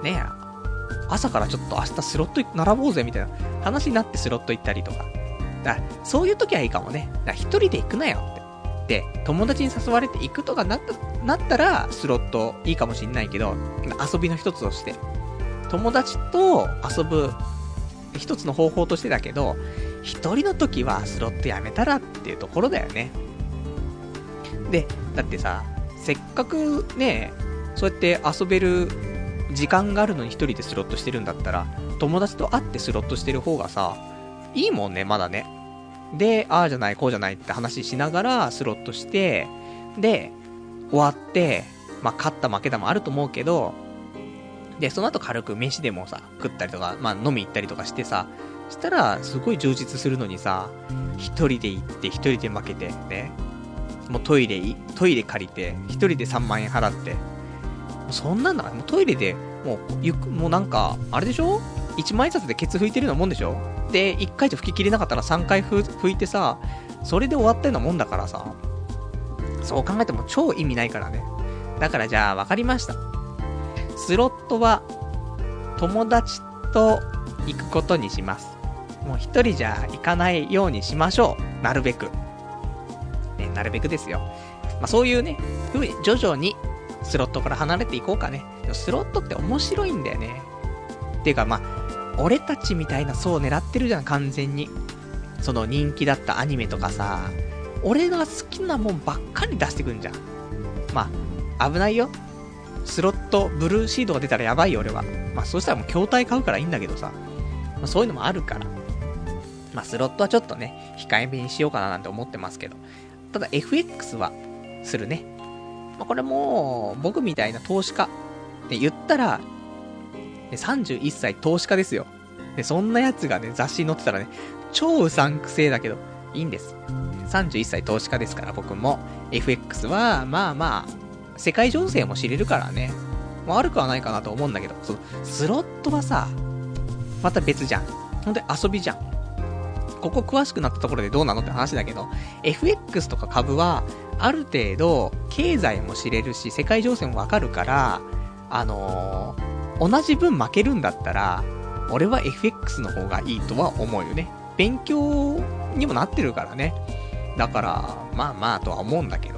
ね、朝からちょっと明日スロット並ぼうぜみたいな話になってスロット行ったりとか。だそういう時はいいかもね。だ一人で行くなよって。で、友達に誘われて行くとかなった、なったら、スロットいいかもしんないけど、遊びの一つとして。友達と遊ぶ一つの方法としてだけど、一人の時はスロットやめたらっていうところだよね。で、だってさ、せっかくね、そうやって遊べる時間があるのに一人でスロットしてるんだったら、友達と会ってスロットしてる方がさ、いいもんね、まだね。で、ああじゃない、こうじゃないって話しながらスロットして、で、終わって、まあ、勝った負けたもあると思うけど、で、その後軽く飯でもさ、食ったりとか、まあ、飲み行ったりとかしてさ、したら、すごい充実するのにさ、一人で行って、一人で負けて、ね。もうトイレ、トイレ借りて、一人でさんまんえん払って、そんなんだから、もうトイレで、もう、ゆく、もうなんか、あれでしょ ?いち 万円札でケツ拭いてるようなもんでしょで、いっかいじゃ拭ききれなかったらさんかいふ拭いてさ、それで終わったようなもんだからさ、そう考えても超意味ないからね。だからじゃあ、わかりました。スロットは、友達と行くことにします。もう一人じゃ行かないようにしましょう。なるべく。ね、なるべくですよ。まあそういうね、ふうに徐々にスロットから離れていこうかね。でもスロットって面白いんだよね。っていうかまあ、俺たちみたいな層を狙ってるじゃん、完全に。その人気だったアニメとかさ、俺が好きなもんばっかり出してくんじゃん。まあ、危ないよ。スロット、ブルーシードが出たらやばいよ、俺は。まあ、そうしたらもう筐体買うからいいんだけどさ。まあ、そういうのもあるから。まあ、スロットはちょっとね、控えめにしようかななんて思ってますけど。ただ、エフエックス は、するね。まあ、これもう、僕みたいな投資家。って言ったら、さんじゅういっさい投資家ですよ。で、そんなやつがね、雑誌に載ってたらね、超うさんくせえだけど、いいんです。さんじゅういっさい投資家ですから、僕も。エフエックス は、まあまあ、世界情勢も知れるからね。悪くはないかなと思うんだけど、そのスロットはさ、また別じゃん。ほんとに遊びじゃん。ここ詳しくなったところでどうなのって話だけど、エフエックス とか株は、ある程度、経済も知れるし、世界情勢もわかるから、あのー、同じ分負けるんだったら、俺は エフエックス の方がいいとは思うよね。勉強にもなってるからね。だから、まあまあとは思うんだけど。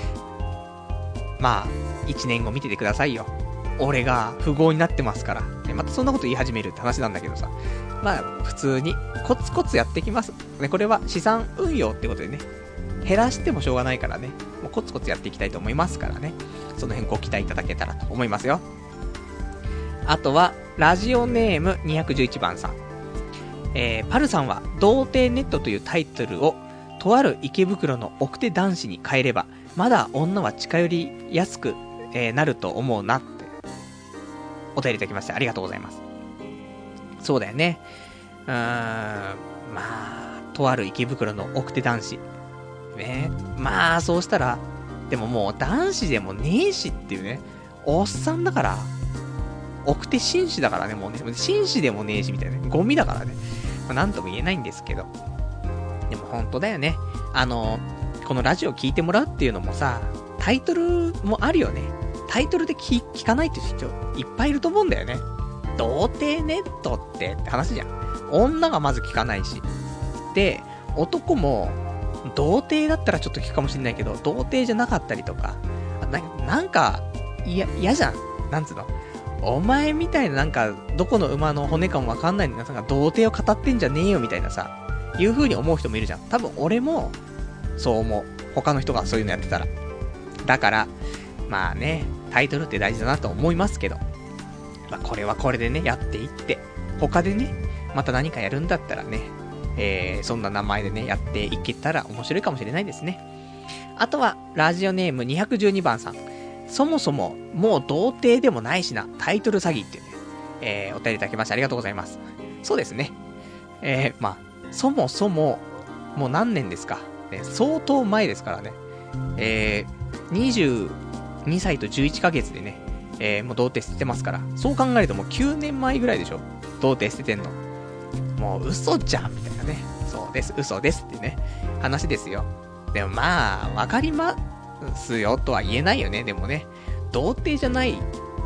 まあ、いちねんご見ててくださいよ。俺が富豪になってますから。でまたそんなこと言い始めるって話なんだけどさ。まあ、普通にコツコツやってきます。ね、これは資産運用ってことでね。減らしてもしょうがないからね。もうコツコツやっていきたいと思いますからね。その辺ご期待いただけたらと思いますよ。あとは、ラジオネームにひゃくじゅういちばんさん。えー、パルさんは、童貞ネットというタイトルを、とある池袋の奥手男子に変えれば、まだ女は近寄りやすく、えー、なると思うなって、お便りいただきましてありがとうございます。そうだよね。うーん、まあ、とある池袋の奥手男子。ね、まあ、そうしたら、でももう男子でもねえしっていうね、おっさんだから、奥手紳士だからね、もうね、紳士でもねえしみたいなね、ゴミだからね、まあ、なんとも言えないんですけど、でも本当だよね。あの、このラジオ聞いてもらうっていうのもさ、タイトルもあるよね。タイトルで 聞, 聞かないって人いっぱいいると思うんだよね。童貞ネットってって話じゃん。女がまず聞かないし。で、男も、童貞だったらちょっと聞くかもしれないけど、童貞じゃなかったりとか、な, なんか、いや、嫌じゃん。なんつうの。お前みたいななんか、どこの馬の骨かもわかんないのに、なんか童貞を語ってんじゃねえよみたいなさ、いう風に思う人もいるじゃん。多分俺も、そう思う。他の人がそういうのやってたら。だから、まあね、タイトルって大事だなと思いますけど、まあこれはこれでね、やっていって、他でね、また何かやるんだったらね、えー、そんな名前でね、やっていけたら面白いかもしれないですね。あとは、ラジオネームにひゃくじゅうにばんさん。そもそも、もう童貞でもないしな、タイトル詐欺っていうね、えー、お便りいただきましてありがとうございます。そうですね。えー、まあ、そもそも、もう何年ですか。ね、相当前ですからね。えー、にじゅうにさいとじゅういっかげつでね、えー、もう童貞捨ててますから。そう考えるともうきゅうねんまえぐらいでしょ。童貞捨ててんの。もう嘘じゃんみたいなね。そうです、嘘ですってね、話ですよ。でもまあ、わかりますよとは言えないよね。でもね、童貞じゃない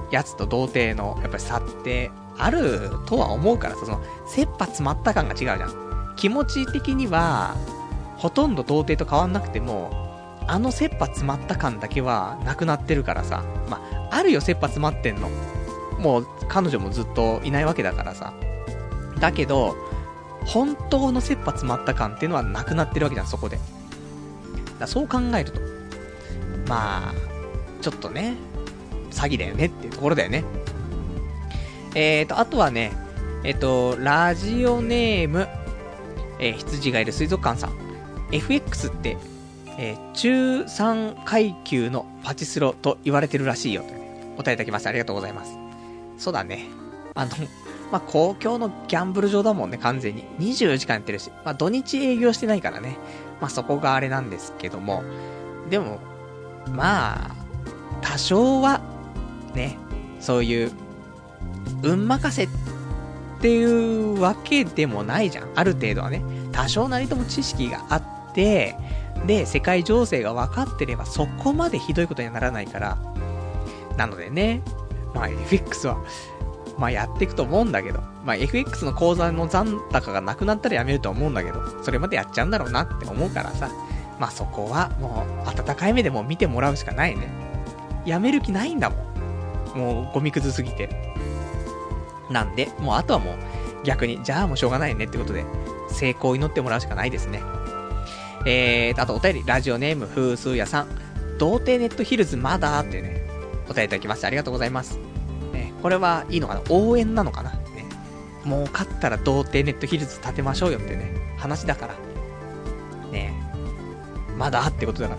やつと童貞の、やっぱり差ってあるとは思うからさ、その、切羽詰まった感が違うじゃん。気持ち的には、ほとんど童貞と変わんなくても、あの切羽詰まった感だけはなくなってるからさ。まあ、あるよ、切羽詰まってんの。もう、彼女もずっといないわけだからさ。だけど、本当の切羽詰まった感っていうのはなくなってるわけじゃん、そこで。だそう考えると、まあ、ちょっとね、詐欺だよねっていうところだよね。えーと、あとはね、えっと、ラジオネーム、えー、羊がいる水族館さん。エフエックス って、えー、中さん階級のパチスロと言われてるらしいよと、ね、お答えいただきましてありがとうございます。そうだね。あの、まあ、公共のギャンブル場だもんね、完全に。にじゅうよじかんやってるし。まあ、土日営業してないからね。まあ、そこがあれなんですけども。でも、まあ、多少は、ね、そういう、運任せっていうわけでもないじゃん。ある程度はね。多少なりとも知識があって、で、世界情勢が分かってれば、そこまでひどいことにはならないから。なのでね、まあ、エフエックス は、まあ、やっていくと思うんだけど、まあ、エフエックス の口座の残高がなくなったらやめると思うんだけど、それまでやっちゃうんだろうなって思うからさ。まあ、そこは、もう、温かい目でも見てもらうしかないね。やめる気ないんだもん。もう、ゴミくずすぎて。なんで、もうあとはもう逆に、じゃあもうしょうがないねってことで、成功を祈ってもらうしかないですね。えーと、あとお便り、ラジオネーム、風数屋さん。童貞ネットヒルズまだってね、お便りいただきましてありがとうございます。ね、これはいいのかな、応援なのかな、ね、もう勝ったら童貞ネットヒルズ建てましょうよってね、話だから。ねまだってことだから、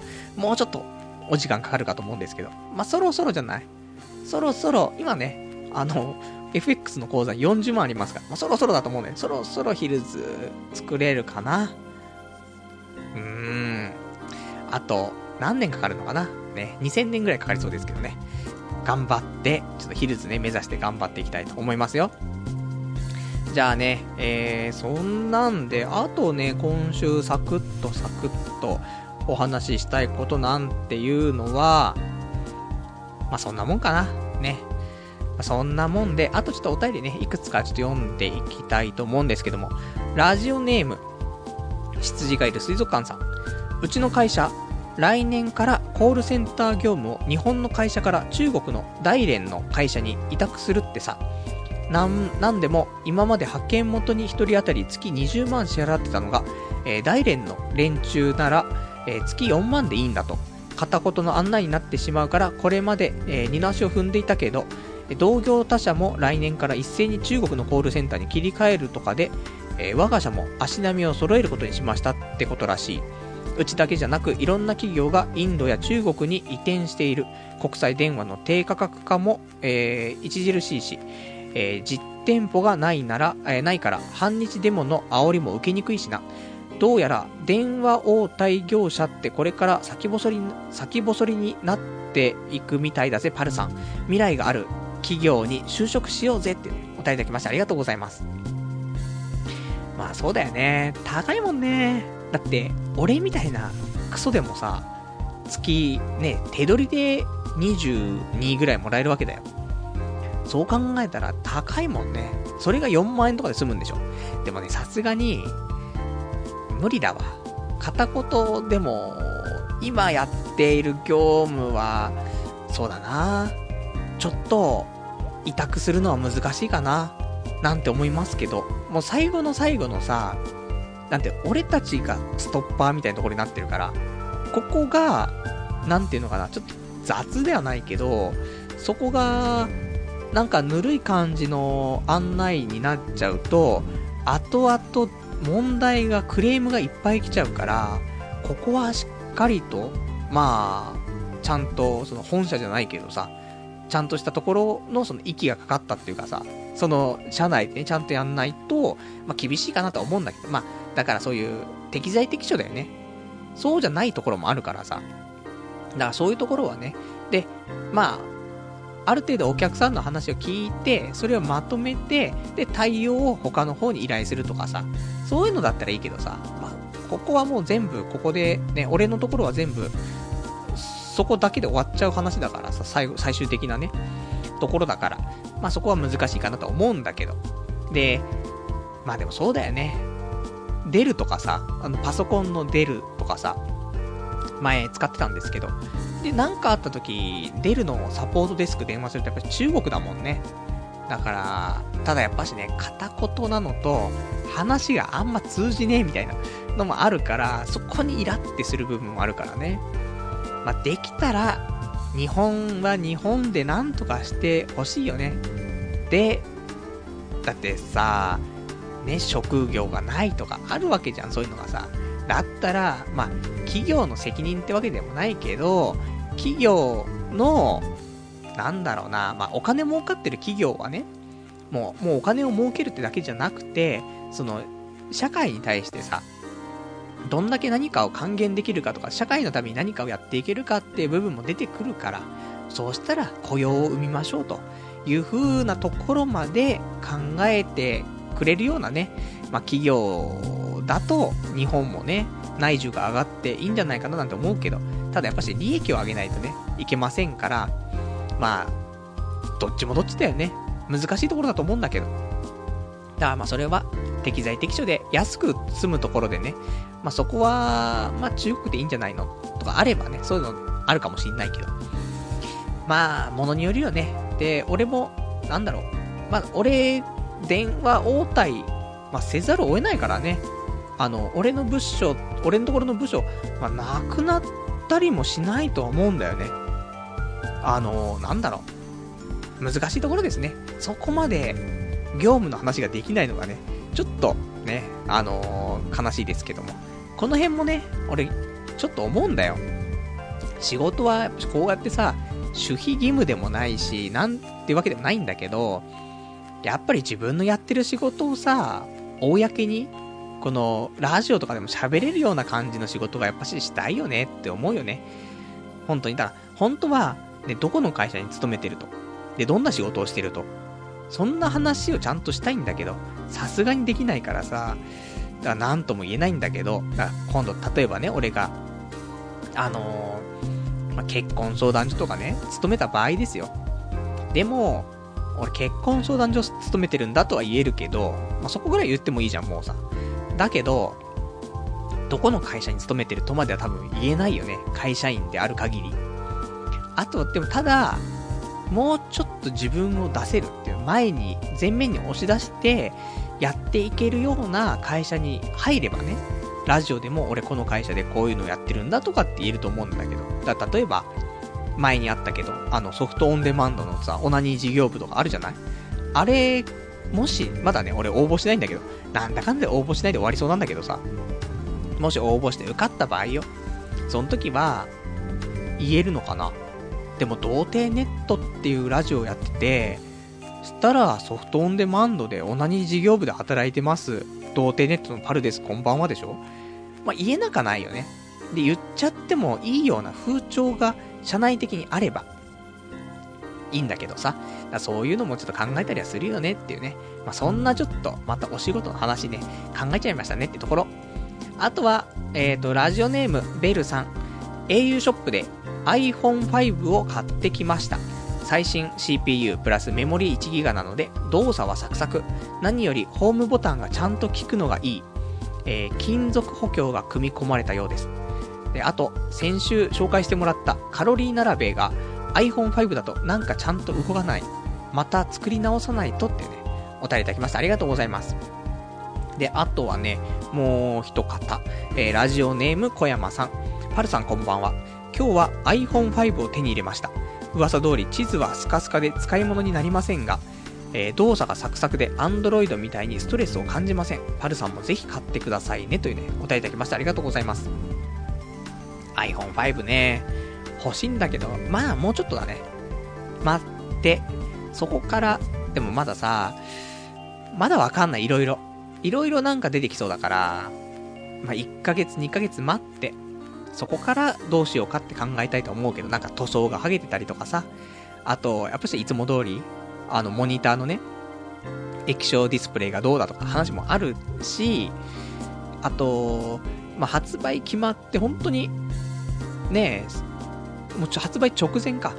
もうちょっとお時間かかるかと思うんですけど、まあ、そろそろじゃないそろそろ、今ね、あの、エフエックス の口座よんじゅうまんありますから、まあ、そろそろだと思うね。そろそろヒルズ作れるかな。うーん。あと、何年かかるのかなね。にせんねんぐらいかかりそうですけどね。頑張って、ちょっとヒルズね、目指して頑張っていきたいと思いますよ。じゃあね、えー、そんなんで、あとね、今週サクッとサクッとお話ししたいことなんていうのは、まあ、そんなもんかな。ね。そんなもんで、あとちょっとお便りね、いくつかちょっと読んでいきたいと思うんですけども、ラジオネーム、羊がいる水族館さん。うちの会社、来年からコールセンター業務を日本の会社から中国の大連の会社に委託するってさ、なん、なんでも今まで派遣元にひとり当たり月にじゅうまん支払ってたのが、えー、大連の連中なら、えー、月よんまんでいいんだと、片言の案内になってしまうから、これまで、えー、二の足を踏んでいたけど、同業他社も来年から一斉に中国のコールセンターに切り替えるとかで、えー、我が社も足並みを揃えることにしましたってことらしい。うちだけじゃなくいろんな企業がインドや中国に移転している。国際電話の低価格化も、えー、著しいし、えー、実店舗がないなら、えー、ないから反日デモの煽りも受けにくいしな。どうやら電話応対業者ってこれから先細り先細りになっていくみたいだぜパルさん。未来がある企業に就職しようぜってお便りいただきましてありがとうございます。まあそうだよね、高いもんね。だって俺みたいなクソでもさ、月ね手取りでにじゅうにぐらいもらえるわけだよ。そう考えたら高いもんね。それがよんまんえんとかで済むんでしょ。でもね、さすがに無理だわ。片言でも今やっている業務はそうだな、ちょっと委託するのは難しいかななんて思いますけど、もう最後の最後のさ、なんて俺たちがストッパーみたいなところになってるから、ここがなんていうのかな、ちょっと雑ではないけど、そこがなんかぬるい感じの案内になっちゃうと、後々問題がクレームがいっぱい来ちゃうから、ここはしっかりとまあちゃんとその本社じゃないけどさ、ちゃんとしたところのその息がかかったっていうかさ、その社内でねちゃんとやんないと、まあ厳しいかなとは思うんだけど、まあだからそういう適材適所だよね。そうじゃないところもあるからさ、だからそういうところはね、でまあある程度お客さんの話を聞いて、それをまとめて、で対応を他の方に依頼するとかさ、そういうのだったらいいけどさ、まあここはもう全部ここでね、俺のところは全部そこだけで終わっちゃう話だからさ、最後最終的なね。 ところだから、まあそこは難しいかなと思うんだけど。で、まあでもそうだよね。デルとかさ、あのパソコンのデルとかさ、前使ってたんですけど、で、なんかあった時、デルのサポートデスク電話するとやっぱり中国だもんね。だから、ただやっぱしね、片言なのと、話があんま通じねえみたいなのもあるから、そこにイラってする部分もあるからね。まあ、できたら、日本は日本でなんとかしてほしいよね。で、だってさ、ね、職業がないとかあるわけじゃん、そういうのがさ。だったら、まあ、企業の責任ってわけでもないけど、企業の、なんだろうな、まあ、お金儲かってる企業はね、もう、もうお金を儲けるってだけじゃなくて、その、社会に対してさ、どんだけ何かを還元できるかとか、社会のために何かをやっていけるかっていう部分も出てくるから、そうしたら雇用を生みましょうという風なところまで考えてくれるようなね、まあ、企業だと日本もね、内需が上がっていいんじゃないかななんて思うけど、ただやっぱし利益を上げないとね、いけませんから、まあ、どっちもどっちだよね。難しいところだと思うんだけど。だからまあそれは適材適所で安く済むところでね、まあそこは、まあ中国でいいんじゃないのとかあればね、そういうのあるかもしんないけど。まあ、ものによるよね。で、俺も、なんだろう。まあ、俺、電話応対、まあせざるを得ないからね。あの、俺の部署、俺のところの部署、まあなくなったりもしないとは思うんだよね。あの、なんだろう。難しいところですね。そこまで業務の話ができないのがね、ちょっとね、あのー、悲しいですけども。この辺もね、俺、ちょっと思うんだよ。仕事は、こうやってさ、守秘義務でもないし、なんてわけでもないんだけど、やっぱり自分のやってる仕事をさ、公に、この、ラジオとかでも喋れるような感じの仕事がやっぱししたいよねって思うよね。本当に。だから、本当は、ね、どこの会社に勤めてると。で、どんな仕事をしてると。そんな話をちゃんとしたいんだけど、さすがにできないからさ、だからなんとも言えないんだけど、だから今度、例えばね、俺が、あのー、まあ、結婚相談所とかね、勤めた場合ですよ。でも、俺結婚相談所勤めてるんだとは言えるけど、まあ、そこぐらい言ってもいいじゃん、もうさ。だけど、どこの会社に勤めてるとまでは多分言えないよね。会社員である限り。あと、でもただ、もうちょっと自分を出せるっていう、前に、前面に押し出して、やっていけるような会社に入ればね、ラジオでも俺この会社でこういうのやってるんだとかって言えると思うんだけど、だから例えば、前にあったけど、あのソフトオンデマンドのさ、オナニー事業部とかあるじゃない？あれ、もし、まだね、俺応募しないんだけど、なんだかんだで応募しないで終わりそうなんだけどさ、もし応募して受かった場合よ、その時は、言えるのかな？でも、童貞ネットっていうラジオをやってて、したらソフトオンデマンドでオナニー事業部で働いてます。童貞ネットのパルです、こんばんはでしょ？まあ、言えなかないよね。で、言っちゃってもいいような風潮が社内的にあれば、いいんだけどさ。だそういうのもちょっと考えたりはするよねっていうね。まあ、そんなちょっと、またお仕事の話ね、考えちゃいましたねってところ。あとは、えっと、ラジオネーム、ベルさん。エーユー ショップで アイフォンファイブ を買ってきました。最新 シーピーユー プラスメモリーいちギガなので動作はサクサク。何よりホームボタンがちゃんと効くのがいい。えー、金属補強が組み込まれたようです。で、あと先週紹介してもらったカロリー並べが アイフォンファイブ だとなんかちゃんと動かない。また作り直さないとってね、お便りいただきました。ありがとうございます。で、あとはね、もう一方、えー、ラジオネーム小山さん。パルさんこんばんは。今日は アイフォンファイブ を手に入れました。噂通り地図はスカスカで使い物になりませんが、えー、動作がサクサクで Android みたいにストレスを感じません。パルさんもぜひ買ってくださいねというね、お便りいただきました。ありがとうございます。 アイフォンファイブ ね、欲しいんだけど、まあもうちょっとだね。待って、そこからでもまださ、まだわかんない。いろいろいろいろなんか出てきそうだから、まあいっかげつにかげつ待って、そこからどうしようかって考えたいと思うけど、なんか塗装が剥げてたりとかさ、あとやっぱりいつも通りあのモニターのね液晶ディスプレイがどうだとか話もあるし、あとまあ発売決まって本当にねえ、もうちょ発売直前か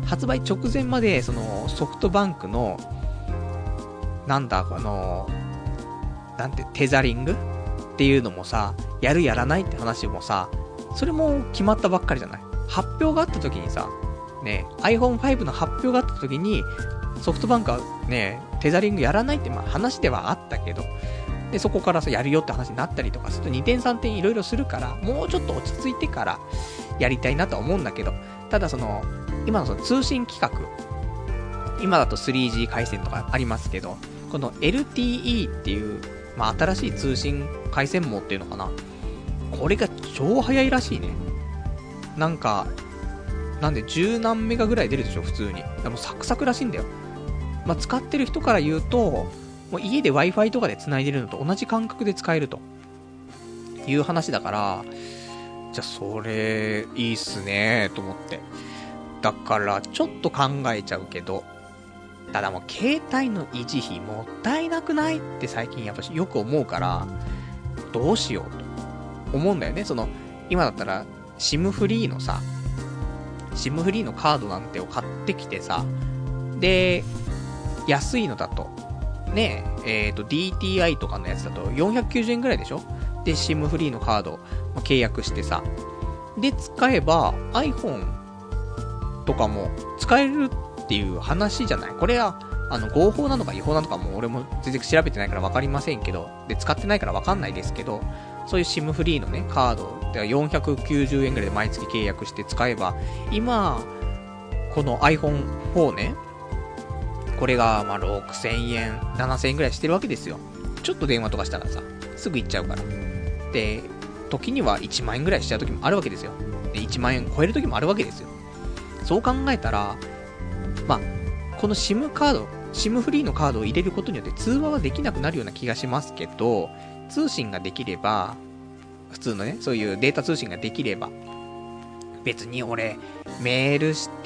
発売直前まで、その、ソフトバンクの、なんだ、この、なんて、テザリングっていうのもさ、やるやらないって話もさ、それも決まったばっかりじゃない。発表があった時にさ、ね、アイフォンファイブ の発表があった時に、ソフトバンクはね、テザリングやらないってまあ話ではあったけど、で、そこからさ、やるよって話になったりとかするとにてんさんてんいろいろするから、もうちょっと落ち着いてからやりたいなとは思うんだけど、ただその、今のその通信規格、今だと スリージー 回線とかありますけど、この エルティーイー っていう、まあ新しい通信回線網っていうのかな、これが超早いらしいね。なんか、なんで十何メガぐらい出るでしょ、普通に。でもサクサクらしいんだよ。まあ、使ってる人から言うと、もう家で Wi-Fi とかで繋いでるのと同じ感覚で使えるという話だから、じゃあそれいいっすねと思って。だからちょっと考えちゃうけど、ただもう携帯の維持費もったいなくないって最近やっぱよく思うから、どうしようと思うんだよね。その今だったら SIM フリーのさ、SIM フリーのカードなんてを買ってきてさ、で安いのだとねえ、えーと ディーティーアイ とかのやつだとよんひゃくきゅうじゅうえんぐらいでしょ。で SIM フリーのカード契約してさ、で使えば iPhone とかも使えるっていう話じゃない。これはあの合法なのか違法なのかも俺も全然調べてないから分かりませんけど、で使ってないから分かんないですけど、そういう SIM フリーのねカードでよんひゃくきゅうじゅうえんぐらいで毎月契約して使えば、今この アイフォンフォー ね、これがまあろくせんえんななせんえんぐらいしてるわけですよ。ちょっと電話とかしたらさすぐ行っちゃうから。で時にはいちまんえんぐらいしちゃう時もあるわけですよ。でいちまんえん超える時もあるわけですよ。そう考えたら、まあこの SIM カード SIM フリーのカードを入れることによって通話はできなくなるような気がしますけど、通信ができれば、普通のねそういうデータ通信ができれば、別に俺メールして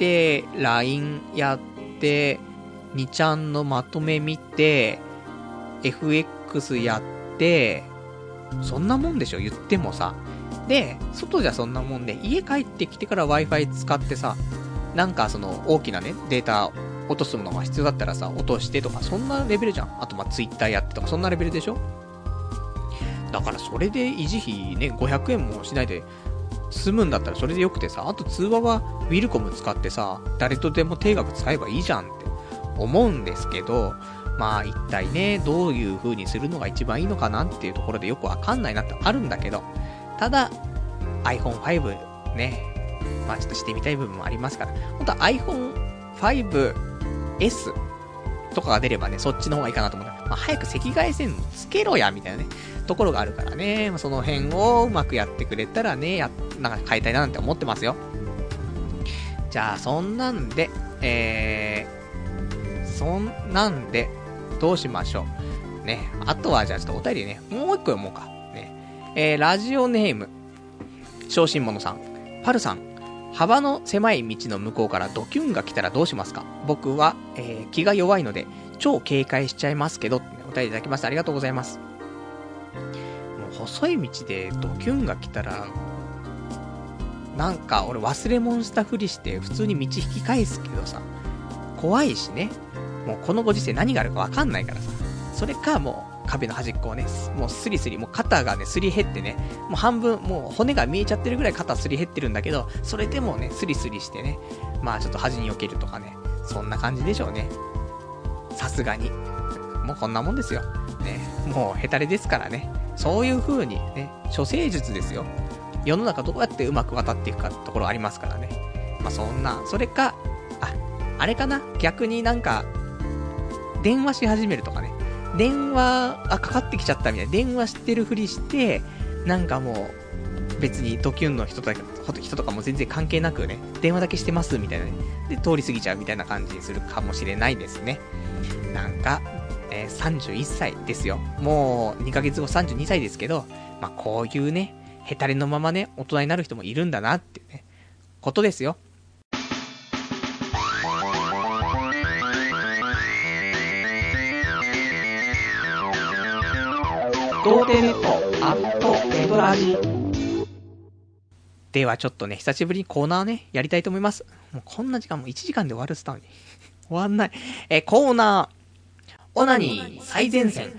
ライン やってにちゃんのまとめ見て エフエックス やって、そんなもんでしょ言ってもさ。で外じゃそんなもんで、家帰ってきてから Wi-Fi 使ってさ、なんかその大きなねデータ落とすものが必要だったらさ落としてとか、そんなレベルじゃん。あとまあ Twitter やってとか、そんなレベルでしょ。だからそれで維持費ねごひゃくえんもしないで済むんだったらそれでよくてさ、あと通話はウィルコム使ってさ、誰とでも定額使えばいいじゃんって思うんですけど、まあ一体ねどういう風にするのが一番いいのかなっていうところでよくわかんないなってあるんだけど、ただ アイフォンファイブ ね、まあちょっとしてみたい部分もありますから、本当は アイフォンファイブエス とかが出ればね、そっちの方がいいかなと思う。まあ、早く赤外線つけろやみたいなねところがあるからね、まあ、その辺をうまくやってくれたらね、やなんか変えたいななんて思ってますよ。じゃあそんなんでえー、そんなんでどうしましょうね。あとはじゃあちょっとお便りねもう一個読もうかね。えー、ラジオネーム小心者さん、パルさん、幅の狭い道の向こうからドキュンが来たらどうしますか。僕は、えー、気が弱いので超警戒しちゃいますけど、お便りいただきましてありがとうございます。もう細い道でドキュンが来たら、なんか俺忘れ物したふりして普通に道引き返すけどさ、怖いしね、もうこのご時世何があるかわかんないからさ、それかもう壁の端っこをね、もうスリスリ、もう肩がねすり減ってね、もう半分もう骨が見えちゃってるぐらい肩すり減ってるんだけど、それでもねスリスリしてね、まあちょっと端に避けるとかね、そんな感じでしょうね。さすがにもうこんなもんですよね、もうヘタレですからね。そういう風にね、処世術ですよ。世の中どうやってうまく渡っていくかってところありますからね。まあそんな、それかああれかな、逆になんか電話し始めるとかね、電話あかかってきちゃったみたいな、電話してるふりしてなんかもう別にドキュンの人とか人とかも全然関係なくね、電話だけしてますみたいなね、で通り過ぎちゃうみたいな感じにするかもしれないですね。なんか、えー、さんじゅういっさいですよ。もうにかげつごさんじゅうにさいですけど、まあこういうねヘタレのままね大人になる人もいるんだなっていうねことですよ。童貞ネットアットネトラジ。 ではちょっとね、久しぶりにコーナーをね、やりたいと思います。もうこんな時間もいちじかんで終わるスターに。終わんない。えー、コーナー、オナニー最前線。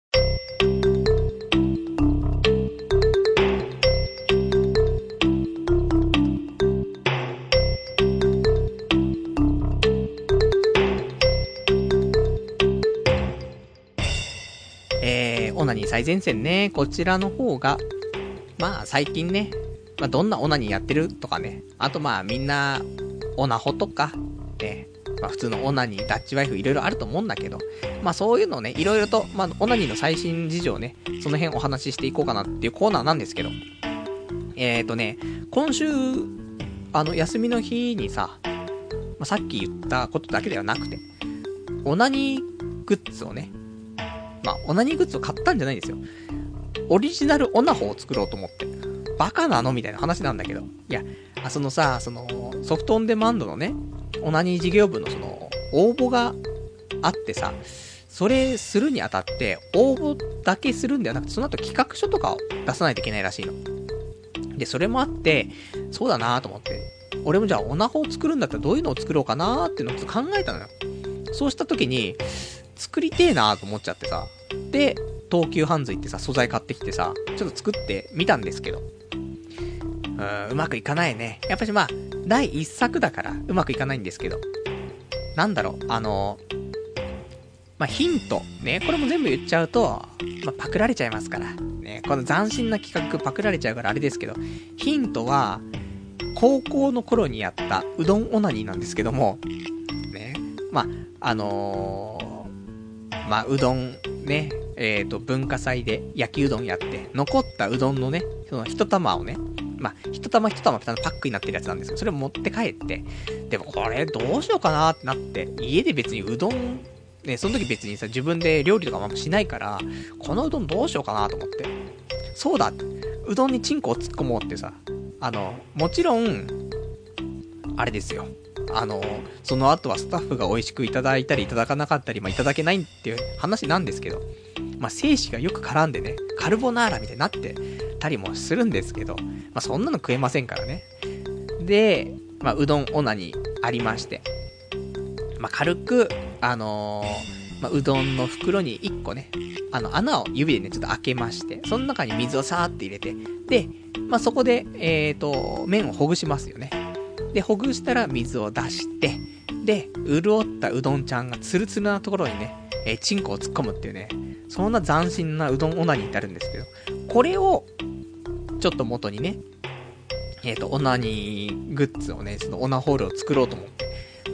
えー、オナニー最前線ね、こちらの方が、まあ最近ね、まあどんなオナニーやってるとかね、あとまあみんな、オナホとか、ね、まあ普通のオナニー、ダッチワイフいろいろあると思うんだけど、まあそういうのをね、いろいろと、まあオナニーの最新事情ね、その辺お話ししていこうかなっていうコーナーなんですけど、えーとね、今週、あの休みの日にさ、まあ、さっき言ったことだけではなくて、オナニーグッズをね、まあオナニーグッズを買ったんじゃないんですよ。オリジナルオナホを作ろうと思って。バカなのみたいな話なんだけど。いや、あそのさ、その、ソフトオンデマンドのね、オナニー事業部のその、応募があってさ、それするにあたって、応募だけするんではなくて、その後企画書とかを出さないといけないらしいの。で、それもあって、そうだなと思って、俺もじゃあオナホを作るんだったらどういうのを作ろうかなーっていうのをちょっと考えたのよ。そうした時に、作りてえなーと思っちゃってさ、で、東急ハンズ行ってさ、素材買ってきてさ、ちょっと作ってみたんですけど、うーん、うまくいかないね。やっぱりまあ、第一作だから、うまくいかないんですけど、なんだろう、あのー、まあ、ヒント、ね、これも全部言っちゃうと、まあ、パクられちゃいますから、ね、この斬新な企画パクられちゃうからあれですけど、ヒントは、高校の頃にやったうどんオナニーなんですけども、ね、まあ、あのー、まあ、うどん、ね、えっと、文化祭で焼きうどんやって、残ったうどんのね、その一玉をね、まあ、一玉一玉パックになってるやつなんですけど、それを持って帰って、でもこれどうしようかなってなって、家で別にうどん、ね、その時別にさ、自分で料理とかもしないから、このうどんどうしようかなと思って。そうだって、うどんにチンコを突っ込もうってさ、あの、もちろん、あれですよ。あの、その後はスタッフが美味しくいただいたりいただかなかったり、まあ、いただけないっていう話なんですけど、まあ、精子がよく絡んでね、カルボナーラみたいになってたりもするんですけど、まあ、そんなの食えませんからね。で、まあ、うどんオナニーありまして、まあ、軽く、あのー、まあ、うどんの袋にいっこね、あの、穴を指でね、ちょっと開けまして、その中に水をさーって入れて、で、まあ、そこで、えーと、麺をほぐしますよね。で、ほぐしたら水を出して、で、潤ったうどんちゃんがツルツルなところにね、えー、チンコを突っ込むっていうね、そんな斬新なうどんオナニーってあるんですけど、これを、ちょっと元にね、えーと、オナニーグッズをね、そのオナホールを作ろうと思って、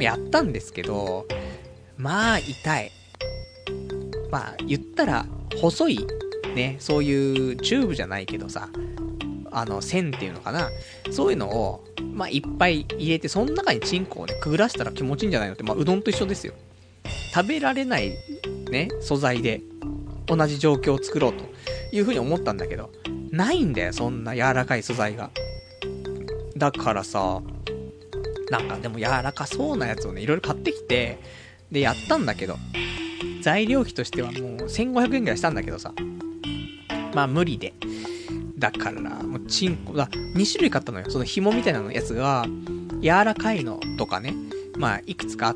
やったんですけど、まあ、痛い。まあ、言ったら、細い、ね、そういうチューブじゃないけどさ、あの、線っていうのかな、そういうのを、まあ、いっぱい入れて、その中にチンコをね、くぐらしたら気持ちいいんじゃないのって、まあ、うどんと一緒ですよ。食べられない、ね、素材で、同じ状況を作ろうというふうに思ったんだけど、ないんだよ、そんな柔らかい素材が。だからさ、なんかでも柔らかそうなやつをね、いろいろ買ってきて、で、やったんだけど、材料費としてはもうせんごひゃくえんぐらいしたんだけどさ、まあ無理で。だから、もうチンコ、だ、に種類買ったのよ。その紐みたいなのやつが、柔らかいのとかね、まあいくつかあって、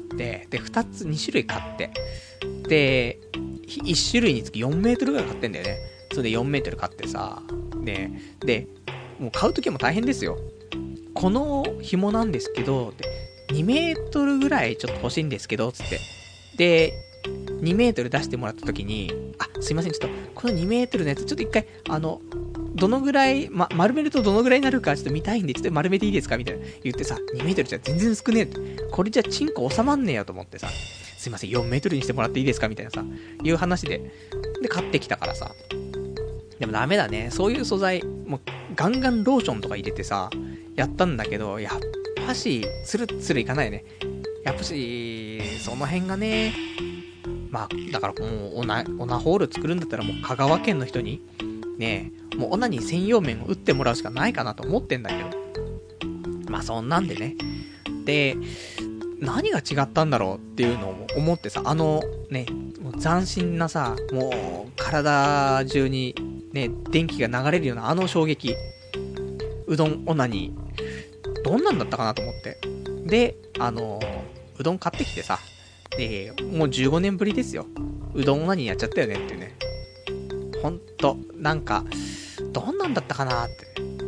で、ふたつ、に種類買って、で、いち種類につきよんメートルぐらい買ってんだよね。それでよんメートル買ってさ、で、で、もう買うときも大変ですよ。この紐なんですけど、にメートルぐらいちょっと欲しいんですけど、つって。で、にメートル出してもらったときに、あ、すいません、ちょっと、このにメートルのやつ、ちょっと一回、あの、どのぐらい、ま、丸めるとどのぐらいになるかちょっと見たいんで、ちょっと丸めていいですかみたいな言ってさ、にメートルじゃ全然少ねえって。これじゃチンコ収まんねえよと思ってさ、すいません、よんメートルにしてもらっていいですかみたいなさ、いう話で、で、買ってきたからさ。でもダメだね。そういう素材、もう、ガンガンローションとか入れてさ、やったんだけど、やっぱし、つるつるいかないね。やっぱし、その辺がね、まあ、だからもう、オナ、オナホール作るんだったらもう香川県の人に、ねえ、もうオナに専用麺を打ってもらうしかないかなと思ってんだけど。まあそんなんでね。で、何が違ったんだろうっていうのを思ってさ、あのね、もう斬新なさ、もう体中にね、電気が流れるようなあの衝撃。 うどんオナニー、どんなんだったかなと思って。で、あのー、うどん買ってきてさ、で、もうじゅうごねんぶりですよ。うどんオナニーやっちゃったよねっていうね。ほんと、なんか、どんなんだったかなって。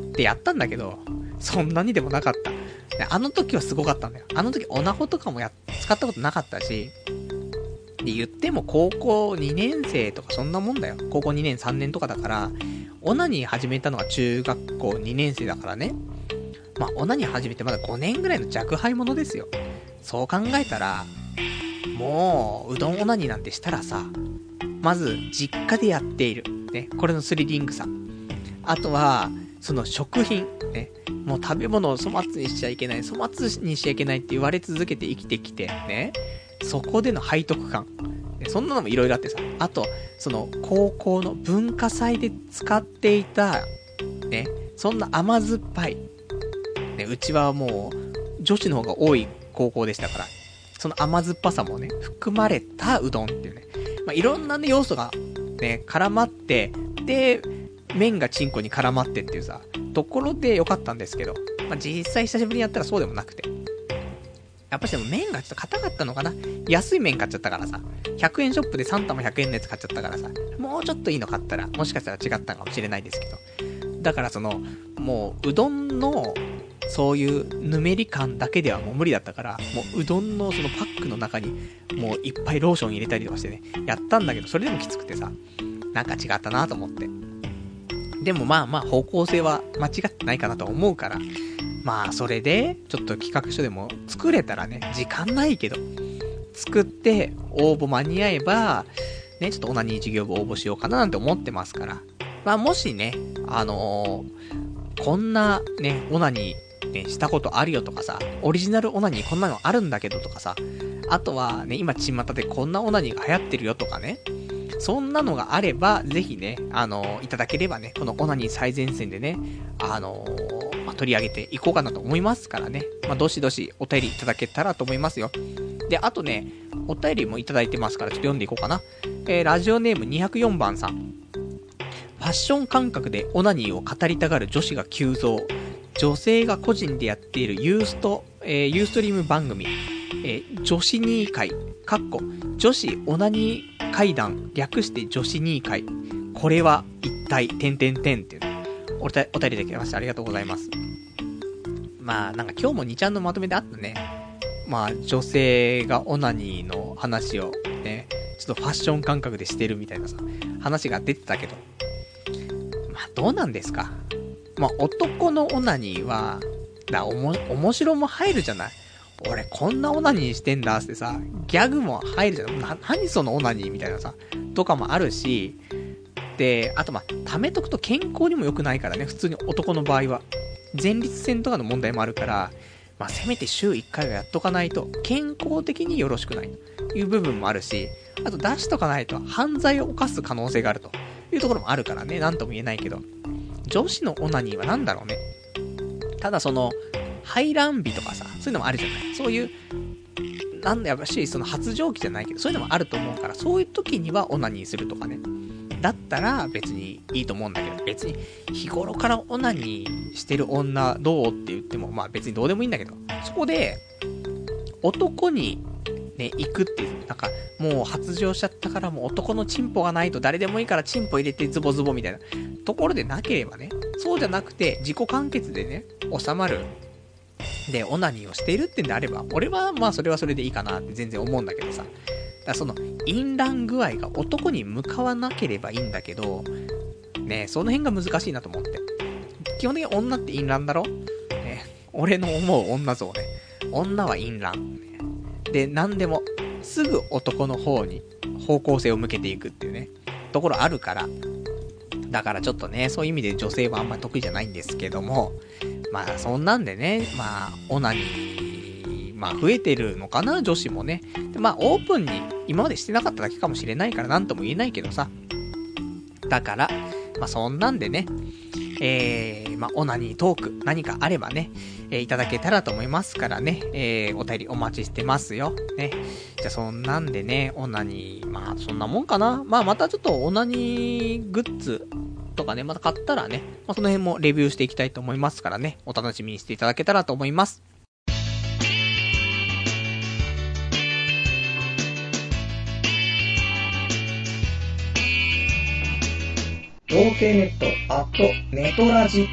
で、やったんだけど、そんなにでもなかった。で、あの時はすごかったんだよ。あの時オナホとかもや、使ったことなかったし、で、言っても高校にねん生とかそんなもんだよ。高校にねんさんねんとかだから、オナニー始めたのが中学校にねん生だからね。まあ、オナニー始めてまだごねんぐらいの若輩者ですよ。そう考えたら、もう、うどんオナニーなんてしたらさ、まず、実家でやっている。ね。これのスリリングさ。あとは、その食品。ね。もう食べ物を粗末にしちゃいけない、粗末にしちゃいけないって言われ続けて生きてきて、ね。そこでの背徳感。そんなのもいろいろあってさ。あと、その、高校の文化祭で使っていた、ね。そんな甘酸っぱい。ね。うちはもう、女子の方が多い高校でしたから。その甘酸っぱさもね、含まれたうどんっていうね。まあ、いろんなね、要素がね、絡まって、で、麺がチンコに絡まってっていうさ、ところで良かったんですけど、まあ、実際久しぶりにやったらそうでもなくて。やっぱしでも麺がちょっと硬かったのかな。安い麺買っちゃったからさ、ひゃくえんショップでさん玉ひゃくえんのやつ買っちゃったからさ、もうちょっといいの買ったら、もしかしたら違ったのかもしれないですけど。だからその、もう、うどんの、そういうぬめり感だけではもう無理だったから、もううどんのそのパックの中にもういっぱいローション入れたりとかしてね、やったんだけど、それでもきつくてさ、なんか違ったなと思って。でもまあまあ方向性は間違ってないかなと思うから、まあそれでちょっと企画書でも作れたらね、時間ないけど、作って応募間に合えば、ね、ちょっとオナニー事業部応募しようかななんて思ってますから。まあもしね、あのー、こんなね、オナニー、ね、したことあるよとかさ、オリジナルオナニーこんなのあるんだけどとかさ、あとはね、今巷でこんなオナニーが流行ってるよとかね、そんなのがあれば、ぜひね、あのー、いただければね、このオナニー最前線でね、あのー、まあ、取り上げていこうかなと思いますからね、まあ、どしどしお便りいただけたらと思いますよ。で、あとね、お便りもいただいてますから、ちょっと読んでいこうかな。えー、ラジオネームにひゃくよんばんさん。ファッション感覚でオナニーを語りたがる女子が急増。女性が個人でやっているユースト、えー、ユーストリーム番組、えー、女子ニー会、かっこ、女子オナニー会談、略して女子ニー会。これは一体、てんてんてんっていうね、おた、お便りできました。ありがとうございます。まあ、なんか今日もにちゃんのまとめであったね。まあ、女性がオナニーの話をね、ちょっとファッション感覚でしてるみたいなさ、話が出てたけど。まあ、どうなんですか。まあ、男のオナニーは、だ、おも、面白も入るじゃない。俺、こんなオナニーしてんだってさ、ギャグも入るじゃん。な、何そのオナニーみたいなさ、とかもあるし、で、あとまあ、貯めとくと健康にも良くないからね、普通に男の場合は。前立腺とかの問題もあるから、まあ、せめて週いっかいはやっとかないと、健康的によろしくないという部分もあるし、あと出しとかないと犯罪を犯す可能性があるというところもあるからね、なんとも言えないけど。女子のオナニーはなんだろうね。ただその、排卵日とかさ、そういうのもあるじゃない。そういう、なんだやっぱし、その発情期じゃないけど、そういうのもあると思うから、そういう時にはオナニーするとかね。だったら別にいいと思うんだけど、別に日頃からオナニーしてる女どうって言っても、まあ別にどうでもいいんだけど、そこで、男にね、行くっていう、なんか、もう発情しちゃったからもう男のチンポがないと誰でもいいからチンポ入れてズボズボみたいなところでなければね、そうじゃなくて自己完結でね、収まる。で、オナニーをしているってんであれば、俺はまあそれはそれでいいかなって全然思うんだけどさ。だからその、淫乱具合が男に向かわなければいいんだけど、ね、その辺が難しいなと思って。基本的に女って淫乱だろね、俺の思う女像ね。女は淫乱。で、なんでも、すぐ男の方に方向性を向けていくっていうね、ところあるから。だからちょっとね、そういう意味で女性はあんまり得意じゃないんですけども、まあそんなんでね、まあ、オナニー、まあ増えてるのかな、女子もね。でまあオープンに今までしてなかっただけかもしれないからなんとも言えないけどさ。だから、まあそんなんでね、 えー、まあ、オナニートーク、何かあればね、えー、いただけたらと思いますからね、えー、お便りお待ちしてますよ。ね。じゃあ、そんなんでね、オナニー、まあ、そんなもんかな。まあ、またちょっとオナニーグッズとかね、また買ったらね、まあ、その辺もレビューしていきたいと思いますからね、お楽しみにしていただけたらと思います。 童貞ネットアットネトラジ。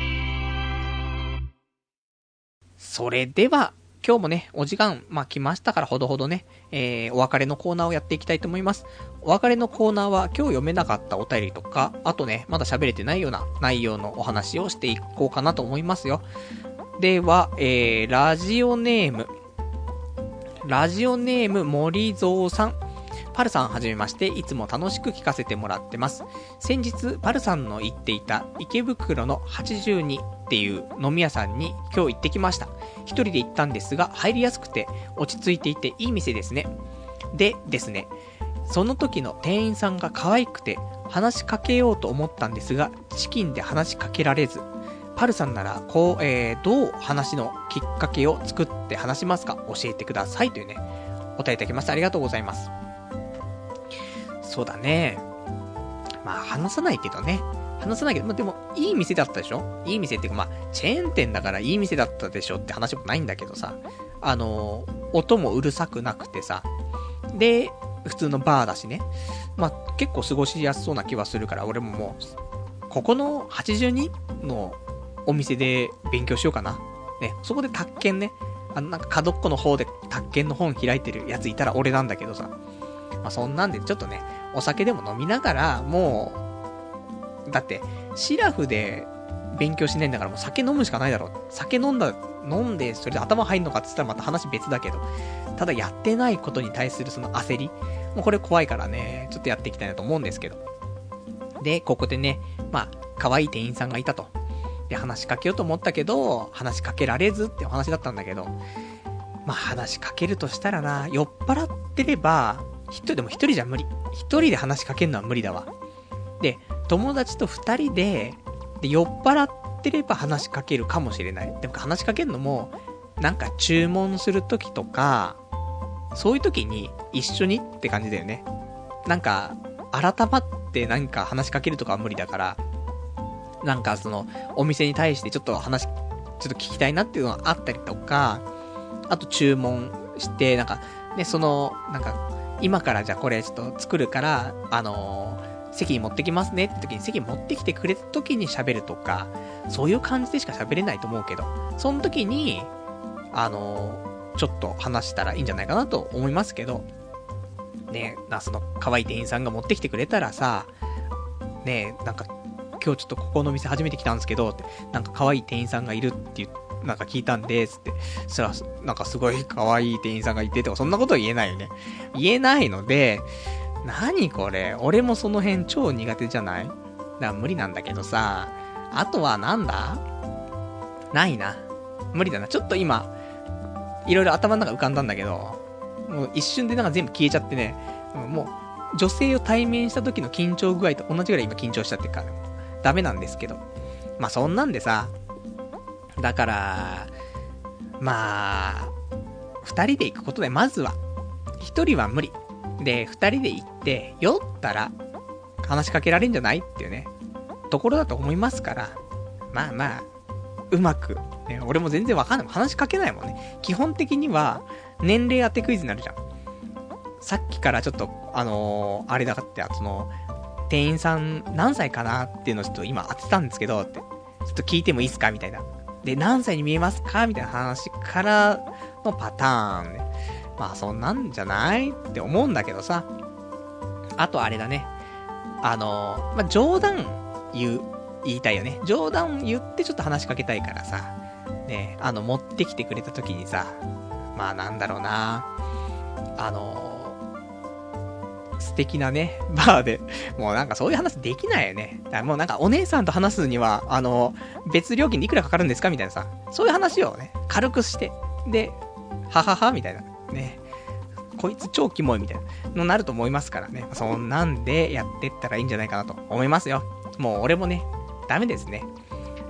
それでは今日もねお時間まあ来ましたから、ほどほどね、えー、お別れのコーナーをやっていきたいと思います。お別れのコーナーは今日読めなかったお便りとか、あとねまだ喋れてないような内容のお話をしていこうかなと思いますよ。では、えー、ラジオネームラジオネーム森蔵さん。パルさんはじめまして、いつも楽しく聞かせてもらってます。先日パルさんの行っていた池袋のはちじゅうにっていう飲み屋さんに今日行ってきました。一人で行ったんですが入りやすくて落ち着いていていい店ですね。でですね、その時の店員さんが可愛くて話しかけようと思ったんですが、チキンで話しかけられず、パルさんならこう、えー、どう話のきっかけを作って話しますか、教えてくださいというねお答えいただきました。ありがとうございます。そうだね。まあ話さないけどね。話さないけど、まあでもいい店だったでしょ。いい店っていうか、まあチェーン店だからいい店だったでしょって話もないんだけどさ。あのー、音もうるさくなくてさ。で、普通のバーだしね。まあ結構過ごしやすそうな気はするから、俺ももう、ここのはちじゅうにのお店で勉強しようかな。ね、そこで宅建ね。あのなんか角っこの方で宅建の本開いてるやついたら俺なんだけどさ。まあそんなんでちょっとね、お酒でも飲みながら、もう、だって、シラフで勉強しないんだからもう酒飲むしかないだろう。酒飲んだ、飲んで、それで頭入んのかって言ったらまた話別だけど、ただやってないことに対するその焦り、もうこれ怖いからね、ちょっとやっていきたいなと思うんですけど。で、ここでね、まあ、可愛い店員さんがいたと。で、話しかけようと思ったけど、話しかけられずってお話だったんだけど、まあ話しかけるとしたらな、酔っ払ってれば、一人でも一人じゃ無理。一人で話しかけるのは無理だわ。で、友達と二人で、で、酔っ払ってれば話しかけるかもしれない。でも話しかけるのも、なんか注文するときとか、そういうときに一緒にって感じだよね。なんか、改まってなんか話しかけるとかは無理だから、なんかその、お店に対してちょっと話、ちょっと聞きたいなっていうのがあったりとか、あと注文して、なんか、ね、その、なんか、今からじゃあこれちょっと作るから、あのー、席に持ってきますねって時に席に持ってきてくれた時に喋るとか、そういう感じでしか喋れないと思うけど、その時に、あのー、ちょっと話したらいいんじゃないかなと思いますけど、ねえ、な、その、可愛い店員さんが持ってきてくれたらさ、ねえ、なんか、今日ちょっとここの店初めて来たんですけど、って、なんか可愛い店員さんがいるって言って、なんか聞いたんで、つって。そしたら、なんかすごい可愛い店員さんがいてとか、そんなことは言えないよね。言えないので、何これ、俺もその辺超苦手じゃない？だから無理なんだけどさ、あとはなんだ？ないな。無理だな。ちょっと今、いろいろ頭の中浮かんだんだけど、もう一瞬でなんか全部消えちゃってね、もう、女性を対面した時の緊張具合と同じぐらい今緊張しちゃってるから、ダメなんですけど。まあそんなんでさ、だから、まあ、二人で行くことで、まずは、一人は無理。で、二人で行って、酔ったら、話しかけられんじゃないっていうね、ところだと思いますから、まあまあ、うまく、ね、俺も全然わかんない。話しかけないもんね。基本的には、年齢当てクイズになるじゃん。さっきからちょっと、あのー、あれだって、その、店員さん何歳かなっていうのをちょっと今当てたんですけど、って、ちょっと聞いてもいいですかみたいな。で、何歳に見えますかみたいな話からのパターンね。まあそんなんじゃないって思うんだけどさ。あとあれだね。あのー、まあ冗談言う、言いたいよね。冗談言ってちょっと話しかけたいからさ。ね、あの、持ってきてくれた時にさ、まあなんだろうな。あのー、素敵なね、バーで、もうなんかそういう話できないよね。だからもうなんかお姉さんと話すには、あのー、別料金でいくらかかるんですかみたいなさ、そういう話をね、軽くして、で、はははみたいな、ね。こいつ超キモいみたいなのなると思いますからね。そんなんでやってったらいいんじゃないかなと思いますよ。もう俺もね、ダメですね。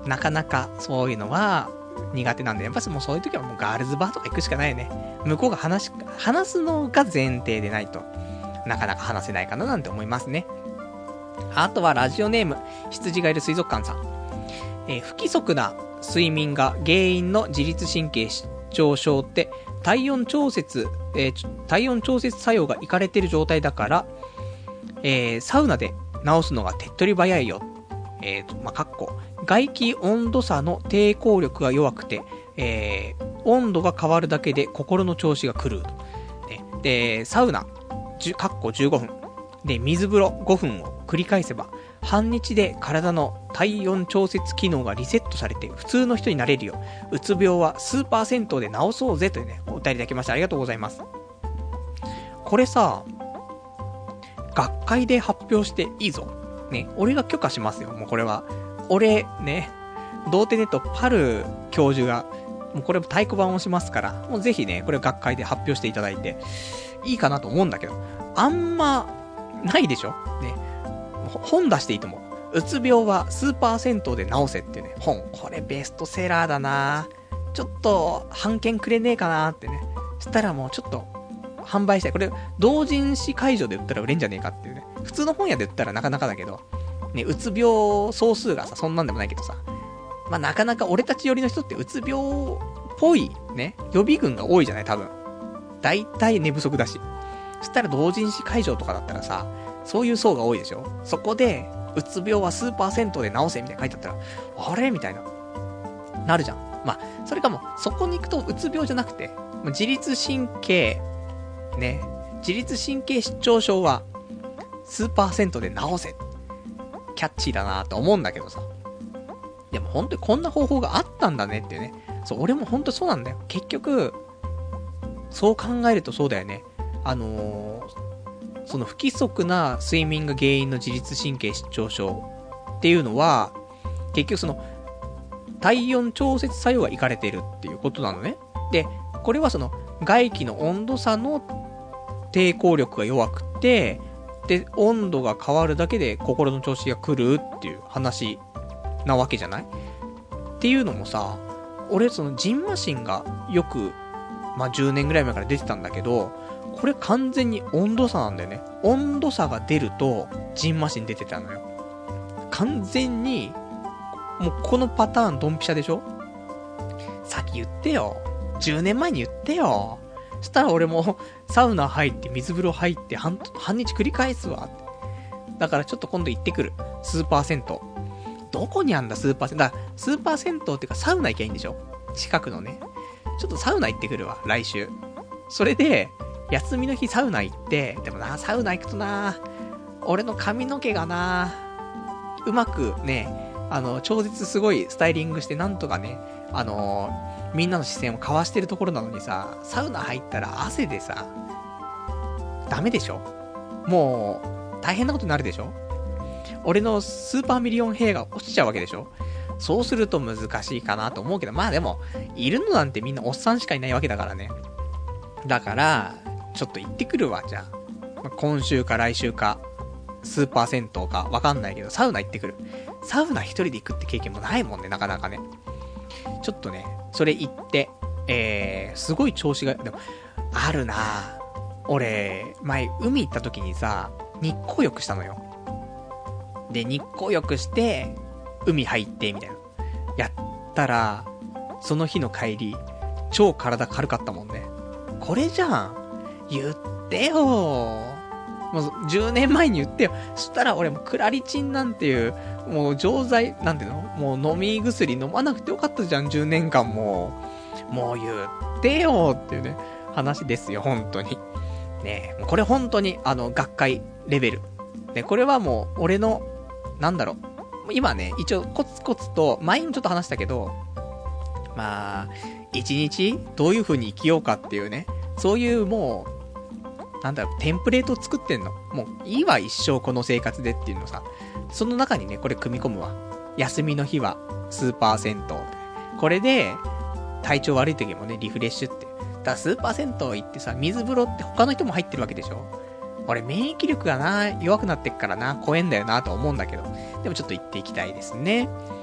なかなかそういうのは苦手なんで、やっぱりもうそういう時はもうガールズバーとか行くしかないよね。向こうが話し、話すのが前提でないと、なかなか話せないかななんて思いますね。あとはラジオネーム、羊がいる水族館さん。えー、不規則な睡眠が原因の自律神経失調症って、体温調節、えー、体温調節作用がいかれてる状態だから、えー、サウナで治すのが手っ取り早いよ。えーと、まあ、かっこ、外気温度差の抵抗力が弱くて、えー、温度が変わるだけで心の調子が狂うと。ね、で、サウナ、かっこじゅうごふん。で、水風呂ごふんを繰り返せば、半日で体の体温調節機能がリセットされて、普通の人になれるよ。うつ病は数パーセントで治そうぜというね、お便りいただきました。ありがとうございます。これさ、学会で発表していいぞ。ね、俺が許可しますよ、もうこれは。俺、ね、童貞ネットパル教授が、もうこれ太鼓判をしますから、もうぜひね、これ学会で発表していただいて、いいかなと思うんだけど、あんま、ないでしょね。本出していいと思う。うつ病は数パーセントで治せっていうね、本。これベストセラーだな。ちょっと、版権くれねえかなってね。そしたらもうちょっと、販売したい。これ、同人誌会場で売ったら売れんじゃねえかっていうね。普通の本屋で売ったらなかなかだけど、ね、うつ病総数がさ、そんなんでもないけどさ、まあ、なかなか俺たち寄りの人ってうつ病っぽい、ね、予備軍が多いじゃない多分。大体寝不足だし。そしたら同人誌会場とかだったらさ、そういう層が多いでしょ。そこで、うつ病は数パーセントで治せみたいな書いてあったら、あれみたいな。なるじゃん。まあ、それかも、そこに行くとうつ病じゃなくて、自律神経、ね、自律神経失調症は、数パーセントで治せ。キャッチーだなと思うんだけどさ。でも本当にこんな方法があったんだねっていうね。そう、俺も本当そうなんだよ。結局、そう考えるとそうだよね。あのー、その不規則な睡眠が原因の自律神経失調症っていうのは、結局その、体温調節作用がいかれているっていうことなのね。で、これはその、外気の温度差の抵抗力が弱くて、で、温度が変わるだけで心の調子が狂うっていう話なわけじゃない？っていうのもさ、俺そのジンマシンがよく、まあ、じゅうねんぐらい前から出てたんだけど、これ完全に温度差なんだよね。温度差が出ると、ジンマシン出てたのよ。完全に、もうこのパターンドンピシャでしょ？さっき言ってよ。じゅうねんまえに言ってよ。そしたら俺もサウナ入って水風呂入って半、半日繰り返すわ。だからちょっと今度行ってくる。数パーセント。どこにあんだ数パーセント。だから数パーセントっていうかサウナ行きゃいいんでしょ？近くのね。ちょっとサウナ行ってくるわ、来週。それで、休みの日サウナ行って、でもな、サウナ行くとな、俺の髪の毛がな、うまくね、あの、超絶すごいスタイリングしてなんとかね、あのー、みんなの視線をかわしてるところなのにさ、サウナ入ったら汗でさ、ダメでしょ？もう、大変なことになるでしょ？俺のスーパーミリオンヘアが落ちちゃうわけでしょ？そうすると難しいかなと思うけど、まあでも、いるのなんてみんなおっさんしかいないわけだからね。だから、ちょっと行ってくるわ、じゃあ。まあ、今週か来週か、数パーセントかわかんないけど、サウナ行ってくる。サウナ一人で行くって経験もないもんね、なかなかね。ちょっとね、それ行って、えー、すごい調子が、でも、あるなぁ。俺、前、海行った時にさ、日光浴したのよ。で、日光浴して、海入って、みたいな。やったら、その日の帰り、超体軽かったもんね。これじゃん。言ってよ。もうじゅうねんまえに言ってよ。そしたら俺もクラリチンなんていう、もう錠剤、なんていうの？もう飲み薬飲まなくてよかったじゃん、じゅうねんかんもう。もう言ってよっていうね、話ですよ、本当に。ねえ、もうこれ本当に、あの、学会レベル。ね、これはもう、俺の、なんだろう。今ね、一応コツコツと、前にもちょっと話したけど、まあ、一日どういう風に生きようかっていうね、そういうもう、なんだろう、テンプレートを作ってんの。もう、いいわ、一生この生活でっていうのさ。その中にね、これ組み込むわ。休みの日は、数パーセント。これで、体調悪い時もね、リフレッシュって。だから数パーセント行ってさ、水風呂って他の人も入ってるわけでしょ。俺、免疫力がな、弱くなってっからな、怖えんだよな、と思うんだけど。でもちょっと行っていきたいですね。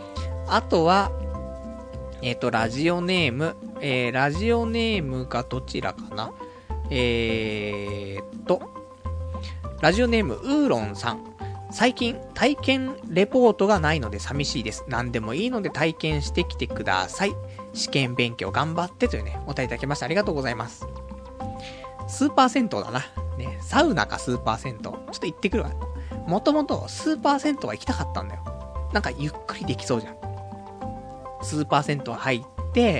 あとは、えっと、ラジオネーム、えー、ラジオネームがどちらかなえーっと、ラジオネーム、ウーロンさん。最近、体験レポートがないので寂しいです。何でもいいので体験してきてください。試験勉強頑張ってというね、お答えいただきました。ありがとうございます。スーパー銭湯だな。ね、サウナかスーパー銭湯。ちょっと行ってくるわ。もともとスーパー銭湯は行きたかったんだよ。なんかゆっくりできそうじゃん。スーパー銭湯入って、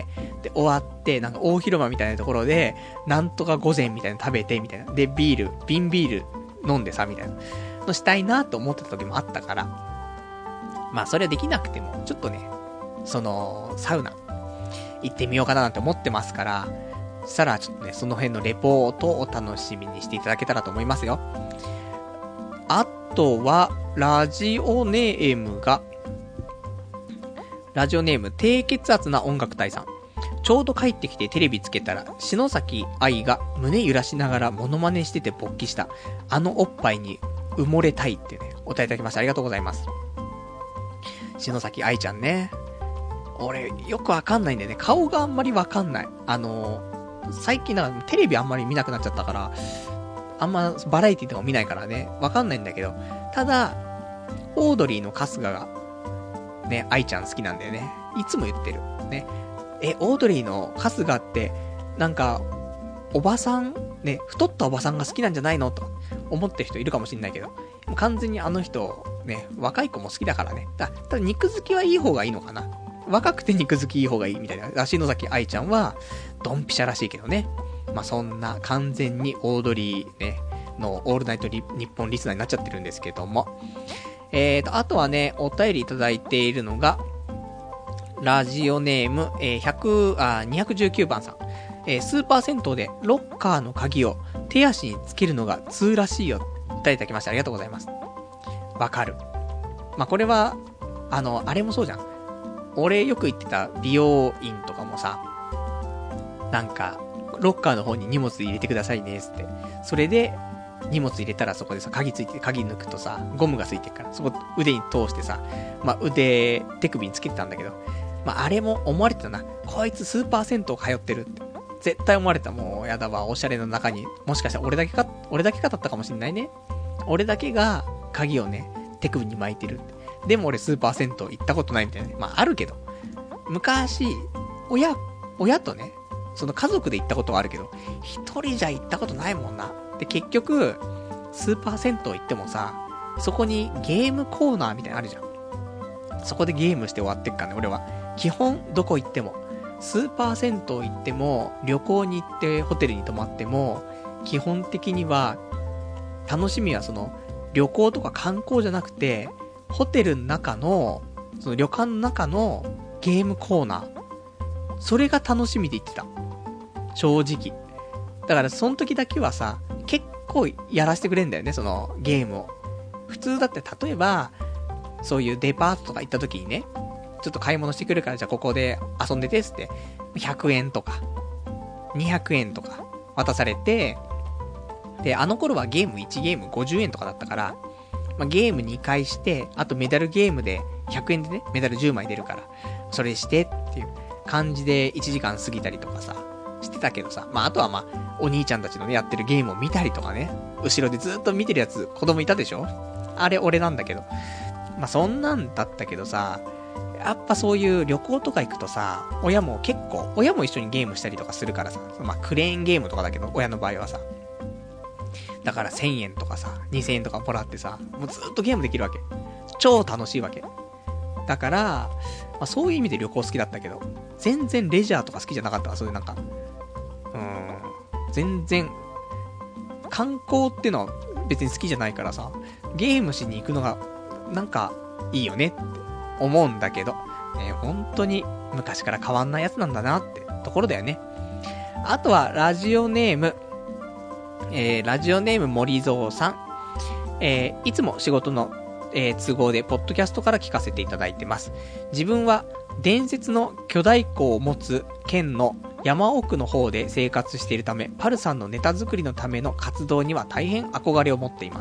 で、終わって、なんか大広間みたいなところで、なんとか御膳みたいなの食べて、みたいな。で、ビール、瓶ビール飲んでさ、みたいな。のしたいなと思ってた時もあったから。まあ、それはできなくても、ちょっとね、その、サウナ、行ってみようかななんて思ってますから、そしたら、ちょっとね、その辺のレポートをお楽しみにしていただけたらと思いますよ。あとは、ラジオネームが、ラジオネーム、低血圧な音楽隊さん。ちょうど帰ってきてテレビつけたら、篠崎愛が胸揺らしながらモノマネしてて勃起した、あのおっぱいに埋もれたいってね、お答えいただきました。ありがとうございます。篠崎愛ちゃんね。俺、よくわかんないんだよね。顔があんまりわかんない。あのー、最近なんかテレビあんまり見なくなっちゃったから、あんまバラエティとか見ないからね、わかんないんだけど、ただ、オードリーの春日が、ね、愛ちゃん好きなんだよね。いつも言ってる。ね。え、オードリーの春日って、なんか、おばさん、ね、太ったおばさんが好きなんじゃないのと思ってる人いるかもしんないけど、完全にあの人、ね、若い子も好きだからね。だ、ただ肉好きはいい方がいいのかな。若くて肉好きいい方がいいみたいな。篠崎愛ちゃんは、ドンピシャらしいけどね。まあ、そんな完全にオードリーね、のオールナイトリ日本リスナーになっちゃってるんですけども。えーと、あとはね、お便りいただいているのが、ラジオネーム、えー、ひゃく、あ、にひゃくじゅうきゅうばんさん。えー、スーパー銭湯でロッカーの鍵を手足につけるのが通らしいよ。いただきました。ありがとうございます。わかる。まあ、これは、あの、あれもそうじゃん。俺よく行ってた美容院とかもさ、なんか、ロッカーの方に荷物入れてくださいね、つって。それで、荷物入れたらそこでさ、鍵ついてて、鍵抜くとさ、ゴムがついてるから、そこ腕に通してさ、まあ、腕、手首につけてたんだけど、まあ、あれも思われてたな。こいつスーパー銭湯通ってるって。絶対思われた。もう、やだわ。おしゃれの中に。もしかしたら俺だけか、俺だけかだったかもしんないね。俺だけが鍵をね、手首に巻いてるって。でも俺スーパー銭湯行ったことないみたいなね。まあ、あるけど。昔、親、親とね、その家族で行ったことはあるけど、一人じゃ行ったことないもんな。で、結局、スーパー銭湯行ってもさ、そこにゲームコーナーみたいなのあるじゃん。そこでゲームして終わってっからね、俺は。基本、どこ行っても。スーパー銭湯行っても、旅行に行ってホテルに泊まっても、基本的には、楽しみはその、旅行とか観光じゃなくて、ホテルの中の、その旅館の中のゲームコーナー。それが楽しみで行ってた。正直。だからその時だけはさ、結構やらせてくれんだよね、そのゲームを。普通だって例えば、そういうデパートとか行った時にね、ちょっと買い物してくるからじゃあここで遊んでてっつって、ひゃくえんとか、にひゃくえんとか渡されて、で、あの頃はゲームいちゲームごじゅうえんとかだったから、まあ、ゲームにかいして、あとメダルゲームでひゃくえんでね、メダルじゅうまい出るから、それしてっていう感じでいちじかん過ぎたりとかさ、してたけどさ、まああとはまあ、お兄ちゃんたちのね、やってるゲームを見たりとかね、後ろでずっと見てるやつ、子供いたでしょ？あれ俺なんだけど。まあそんなんだったけどさ、やっぱそういう旅行とか行くとさ、親も結構、親も一緒にゲームしたりとかするからさ、まあクレーンゲームとかだけど、親の場合はさ。だからせんえんとかさ、にせんえんとかもらってさ、もうずっとゲームできるわけ。超楽しいわけ。だから、まあそういう意味で旅行好きだったけど、全然レジャーとか好きじゃなかったわ、そういうなんか。うーん、全然、観光ってのは別に好きじゃないからさ、ゲームしに行くのが、なんか、いいよねって思うんだけど、ね、本当に昔から変わんないやつなんだなってところだよね。あとは、ラジオネーム、えー、ラジオネーム森蔵さん。えー、いつも仕事の、えー、都合で、ポッドキャストから聞かせていただいてます。自分は、伝説の巨大湖を持つ県の山奥の方で生活しているため、パルさんのネタ作りのための活動には大変憧れを持っています。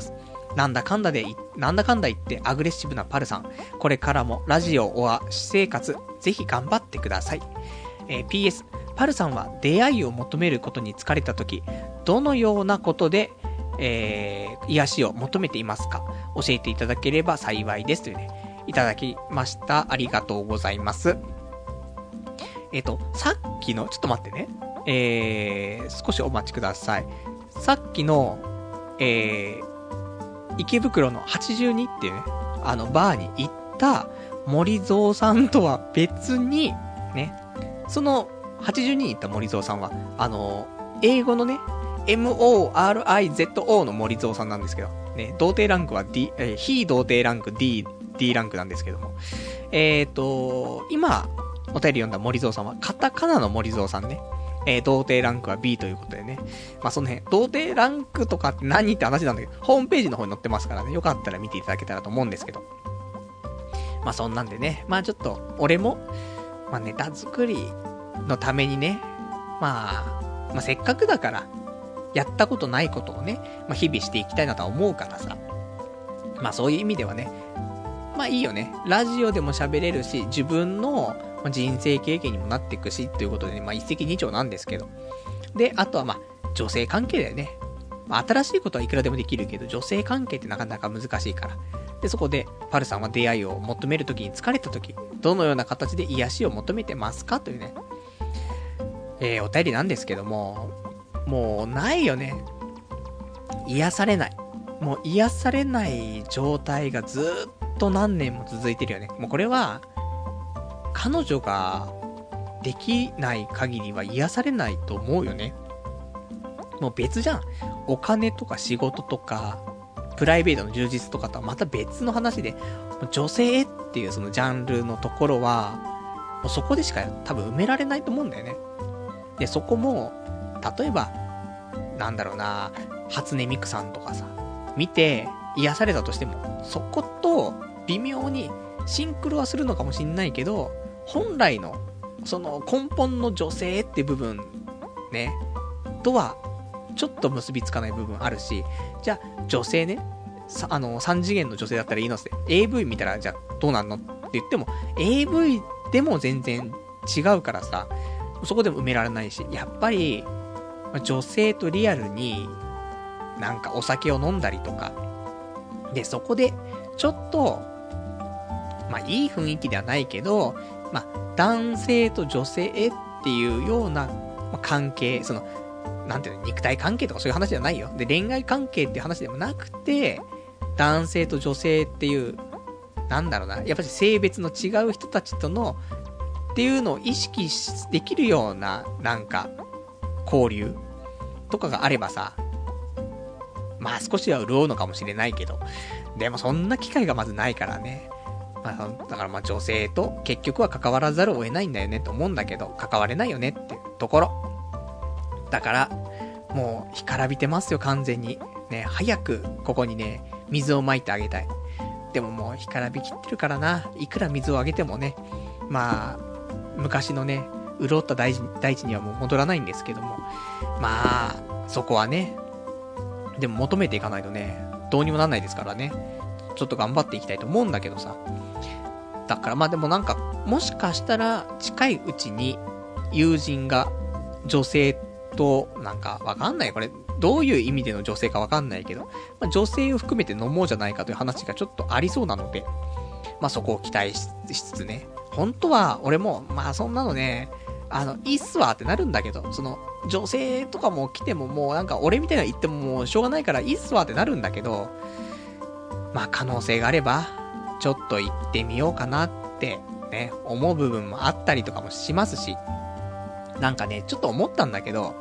なんだかんだで、なんだかんだ言ってアグレッシブなパルさん。これからもラジオは私生活、ぜひ頑張ってください。えー、ピーエス、パルさんは出会いを求めることに疲れたとき、どのようなことで、えー、癒しを求めていますか？教えていただければ幸いです。というね、いただきました。ありがとうございます。えっと、さっきの、ちょっと待ってね。えー、少しお待ちください。さっきの、えー、池袋のはちじゅうにっていうね、あのバーに行った森蔵さんとは別に、ね、そのはちじゅうにに行った森蔵さんは、あの、英語のね、エムオーアールアイゼットオー の森蔵さんなんですけど、ね、童貞ランクは D、えー、非童貞ランク D、D ランクなんですけども、えーと、今、お便り読んだ森蔵さんは、カタカナの森蔵さんね、えー、童貞ランクは B ということでね。まあ、その辺、童貞ランクとかって何って話なんだけど、ホームページの方に載ってますからね、よかったら見ていただけたらと思うんですけど。まあ、そんなんでね、まあ、ちょっと、俺も、まあ、ネタ作りのためにね、まあ、まあ、せっかくだから、やったことないことをね、まあ、日々していきたいなとは思うからさ。まあ、そういう意味ではね、まあいいよね。ラジオでも喋れるし、自分の人生経験にもなっていくし、ということでね、まあ一石二鳥なんですけど。で、あとはまあ、女性関係だよね。まあ新しいことはいくらでもできるけど、女性関係ってなかなか難しいから。で、そこで、パルさんは出会いを求めるときに疲れたとき、どのような形で癒しを求めてますかというね、えー、お便りなんですけども、もうないよね。癒されない。もう癒されない状態がずーっと何年も続いてるよね。もうこれは、彼女ができない限りは癒されないと思うよね。もう別じゃん。お金とか仕事とか、プライベートの充実とかとはまた別の話で、女性っていうそのジャンルのところは、もうそこでしか多分埋められないと思うんだよね。で、そこも、例えば、なんだろうな、初音ミクさんとかさ、見て癒されたとしても、そこと微妙にシンクロはするのかもしんないけど、本来のその根本の女性って部分ねとはちょっと結びつかない部分あるし、じゃあ女性ね、さあのさん次元の女性だったらいいのって エーブイ 見たらじゃあどうなんのって言っても エーブイ でも全然違うからさ、そこでも埋められないし、やっぱり女性とリアルになんかお酒を飲んだりとかで、そこでちょっとまあいい雰囲気ではないけど、まあ男性と女性っていうような関係、そのなんていうの、肉体関係とかそういう話じゃないよ。で、恋愛関係っていう話でもなくて、男性と女性っていう、なんだろうな、やっぱり性別の違う人たちとのっていうのを意識できるようななんか交流とかがあればさ、まあ少しは潤うのかもしれないけど、でもそんな機会がまずないからね。まあ、だからまあ女性と結局は関わらざるを得ないんだよねと思うんだけど、関われないよねっていうところ。だから、もう干からびてますよ完全に。ね、早くここにね、水をまいてあげたい。でももう干からびきってるからな。いくら水をあげてもね、まあ、昔のね、潤った大地、大地にはもう戻らないんですけども。まあ、そこはね、でも求めていかないとね、どうにもなんないですからね。ちょっと頑張っていきたいと思うんだけどさ。だからまあでもなんか、もしかしたら近いうちに友人が女性と、なんかわかんない。これ、どういう意味での女性かわかんないけど、まあ、女性を含めて飲もうじゃないかという話がちょっとありそうなので、まあそこを期待しつつね。本当は俺も、まあそんなのね、あの、いいっすわってなるんだけど、その、女性とかも来てももうなんか俺みたいなの言ってももうしょうがないからいいっすわってなるんだけど、まあ可能性があれば、ちょっと行ってみようかなってね、思う部分もあったりとかもしますし、なんかね、ちょっと思ったんだけど、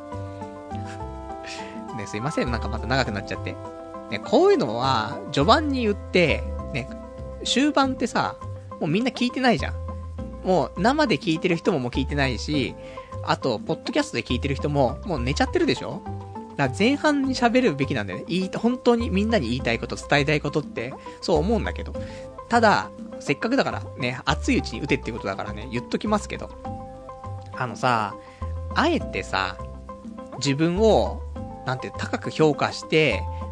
ね、すいません、なんかまた長くなっちゃって。ね、こういうのは、序盤に言って、ね、終盤ってさ、もうみんな聞いてないじゃん。もう生で聞いてる人ももう聞いてないし、あと、ポッドキャストで聞いてる人ももう寝ちゃってるでしょ？だから前半に喋るべきなんだよね。言い、本当にみんなに言いたいこと、伝えたいことって、そう思うんだけど。ただ、せっかくだからね、熱いうちに打てっていうことだからね、言っときますけど。あのさ、あえてさ、自分を、なんて高く評価して、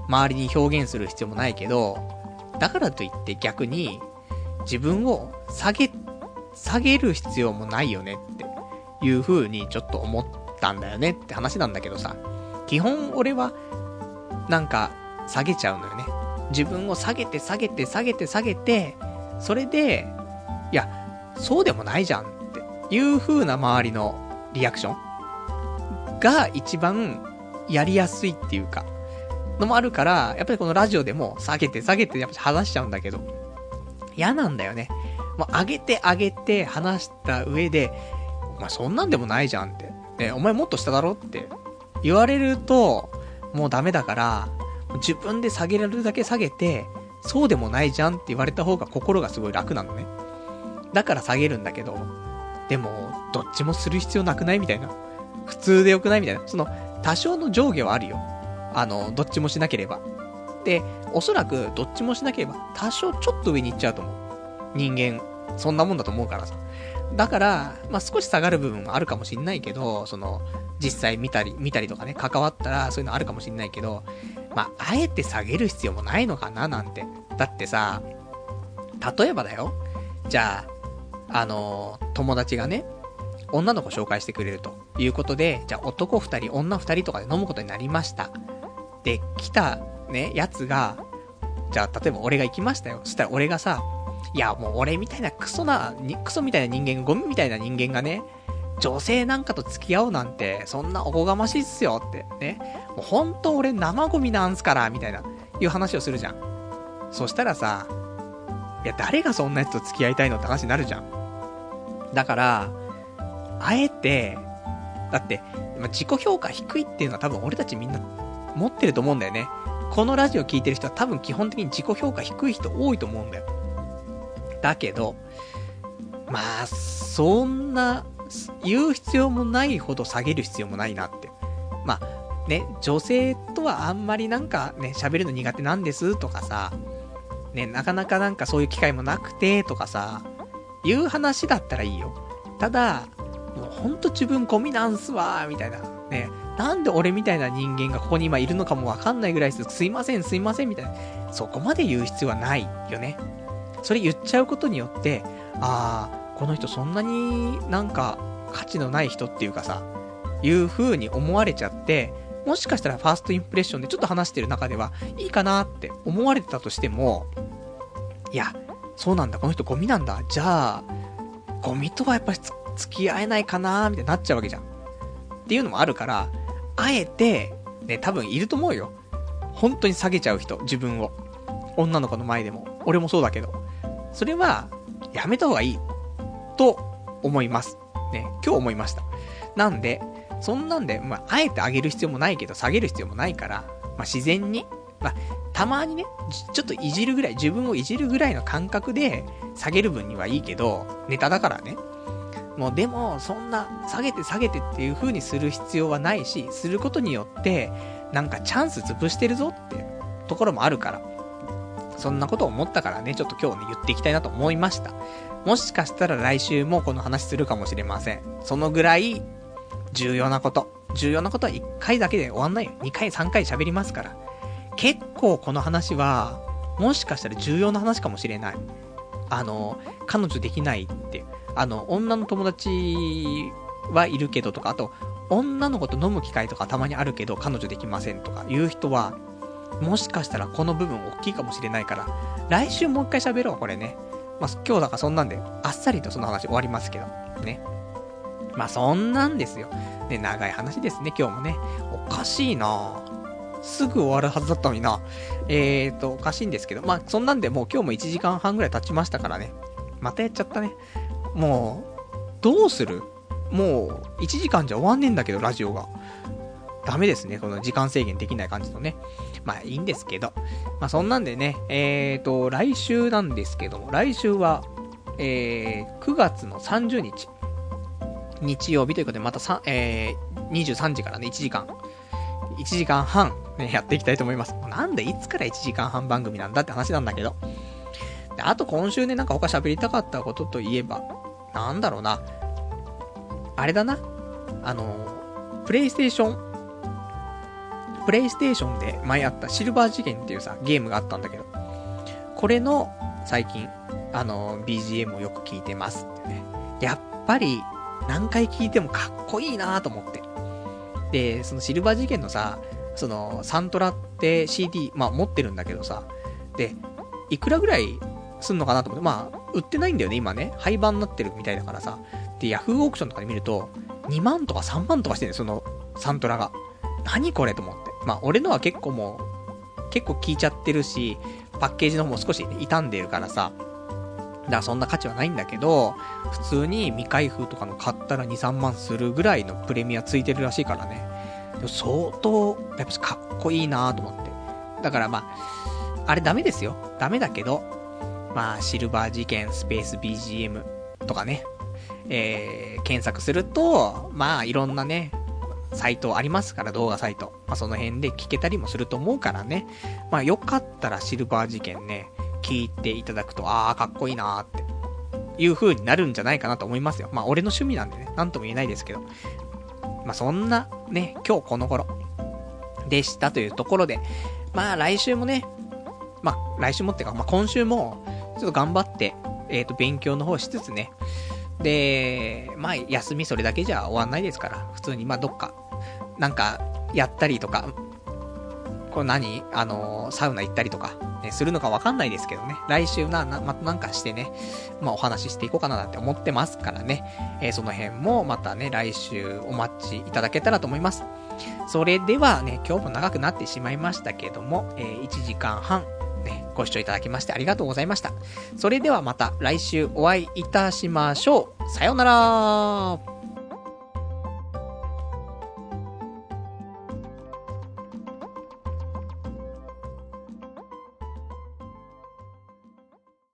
周りに表現する必要もないけど、だからといって逆に自分を下げ、下げる必要もないよねっていう風にちょっと思ったんだよねって話なんだけどさ、基本俺はなんか下げちゃうのよね。自分を下げて下げて下げて下げて、それで、いや、そうでもないじゃんっていう風な周りのリアクションが一番やりやすいっていうか、のもあるから、やっぱりこのラジオでも下げて下げてやっぱ話しちゃうんだけど、嫌なんだよね。もう上げて上げて話した上で、お前そんなんでもないじゃんって。ね、お前もっと下だろって言われると、もうダメだから、自分で下げられるだけ下げて、そうでもないじゃんって言われた方が心がすごい楽なのね。だから下げるんだけど、でも、どっちもする必要なくないみたいな。普通でよくないみたいな。その、多少の上下はあるよ。あの、どっちもしなければ。で、おそらく、どっちもしなければ、多少ちょっと上に行っちゃうと思う。人間、そんなもんだと思うからさ。だから、まあ、少し下がる部分もあるかもしんないけど、その、実際見たり、見たりとかね、関わったら、そういうのあるかもしんないけど、まあ、あえて下げる必要もないのかな、なんて。だってさ、例えばだよ。じゃあ、あのー、友達がね、女の子紹介してくれるということで、じゃあ男二人、女二人とかで飲むことになりました。で、来たね、やつが、じゃあ、例えば俺が行きましたよ。そしたら俺がさ、いや、もう俺みたいなクソな、クソみたいな人間、ゴミみたいな人間がね、女性なんかと付き合うなんて、そんなおこがましいっすよって、ね。もうほんと俺生ゴミなんすから、みたいな、いう話をするじゃん。そしたらさ、いや、誰がそんなやつと付き合いたいのって話になるじゃん。だから、あえて、だって、自己評価低いっていうのは多分俺たちみんな持ってると思うんだよね。このラジオ聞いてる人は多分基本的に自己評価低い人多いと思うんだよ。だけど、まあ、そんな、言う必要もないほど下げる必要もないなって。まあ、ね、女性とはあんまりなんかね、喋るの苦手なんですとかさ、ね、なかなかなんかそういう機会もなくてとかさ、いう話だったらいいよ。ただ、もうほんと自分ゴミなんすわーみたいな。ね、なんで俺みたいな人間がここに今いるのかもわかんないぐらいです。すいませんすいませんみたいな。そこまで言う必要はないよね。それ言っちゃうことによって、あー、この人そんなになんか価値のない人っていうかさ、いう風に思われちゃって、もしかしたらファーストインプレッションでちょっと話してる中ではいいかなって思われてたとしても、いや、そうなんだ、この人ゴミなんだ、じゃあゴミとはやっぱり付き合えないかなーみたいになっちゃうわけじゃんっていうのもあるから、あえてね、多分いると思うよ、本当に下げちゃう人、自分を女の子の前でも。俺もそうだけど、それはやめた方がいいと思いますね。今日思いました。なんでそんなんで、まあ、あえて上げる必要もないけど下げる必要もないから、まあ、自然に、まあ、たまにね、ちょっといじるぐらい、自分をいじるぐらいの感覚で下げる分にはいいけど、ネタだからね。もうでも、そんな下げて下げてっていう風にする必要はないし、することによって、なんかチャンス潰してるぞっていうところもあるから、そんなことを思ったからね、ちょっと今日ね、言っていきたいなと思いました。もしかしたら来週もこの話するかもしれません。そのぐらい、重要なこと。重要なことはいっかいだけで終わんないよ。にかい、さんかい喋りますから。結構この話は、もしかしたら重要な話かもしれない。あの、彼女できないっていう。あの、女の友達はいるけどとか、あと、女の子と飲む機会とかたまにあるけど、彼女できませんとかいう人は、もしかしたらこの部分大きいかもしれないから、来週もう一回喋ろう、これね。まあ、今日だからそんなんで、あっさりとその話終わりますけど。ね。まあそんなんですよ。ね、長い話ですね、今日もね。おかしいなぁ。すぐ終わるはずだったのにな。えーと、おかしいんですけど、まあそんなんでもう今日もいちじかんはんぐらい経ちましたからね。またやっちゃったね。もう、どうする？もう、いちじかんじゃ終わんねえんだけど、ラジオが。ダメですね、この時間制限できない感じのね。まあいいんですけど。まあそんなんでね、えーと、来週なんですけども、来週は、えー、くがつのさんじゅうにち。日曜日ということで、またさ、えー、にじゅうさんじからね、いちじかん。いちじかんはん、ね、やっていきたいと思います。なんでいつからいちじかんはん番組なんだって話なんだけど。で、あと今週ね、なんか他喋りたかったことといえば、なんだろうな。あれだな。あの、プレイステーション、 プレイステーションで前あったシルバー次元っていうさ、ゲームがあったんだけど、これの最近、あの、ビージーエム をよく聞いてますってね。やっぱり、何回聞いてもかっこいいなと思って。で、そのシルバー次元のさ、その、サントラって シーディー、まあ持ってるんだけどさ、で、いくらぐらいすんのかなと思って、まあ、売ってないんだよね、今ね。廃盤になってるみたいだからさ。で、ヤフーオークションとかで見ると、にまんとかさんまんとかしてるんだよ、その、サントラが。何これと思って。まあ、俺のは結構もう、結構効いちゃってるし、パッケージの方も少し、ね、傷んでるからさ。だからそんな価値はないんだけど、普通に未開封とかの買ったらに、さんまんするぐらいのプレミアついてるらしいからね。でも相当、やっぱかっこいいなと思って。だからまあ、あれダメですよ。ダメだけど、まあ、シルバー事件スペース ビージーエム とかね、えー、検索すると、まあ、いろんなね、サイトありますから、動画サイト。まあ、その辺で聞けたりもすると思うからね。まあ、よかったらシルバー事件ね、聞いていただくと、あー、かっこいいなーって、いう風になるんじゃないかなと思いますよ。まあ、俺の趣味なんでね、なんとも言えないですけど。まあ、そんな、ね、今日この頃、でしたというところで、まあ、来週もね、まあ、来週もってか、まあ、今週も、ちょっと頑張って、えっと、勉強の方しつつね、で、まあ、休みそれだけじゃ終わんないですから、普通に、まあ、どっか、なんか、やったりとか、これ何あのー、サウナ行ったりとか、ね、するのかわかんないですけどね、来週な、な、またなんかしてね、まあ、お話ししていこうかななんて思ってますからね、えー、その辺もまたね、来週お待ちいただけたらと思います。それではね、今日も長くなってしまいましたけども、えー、いちじかんはん、ね、ご視聴いただきましてありがとうございました。それではまた来週お会いいたしましょう。さようなら。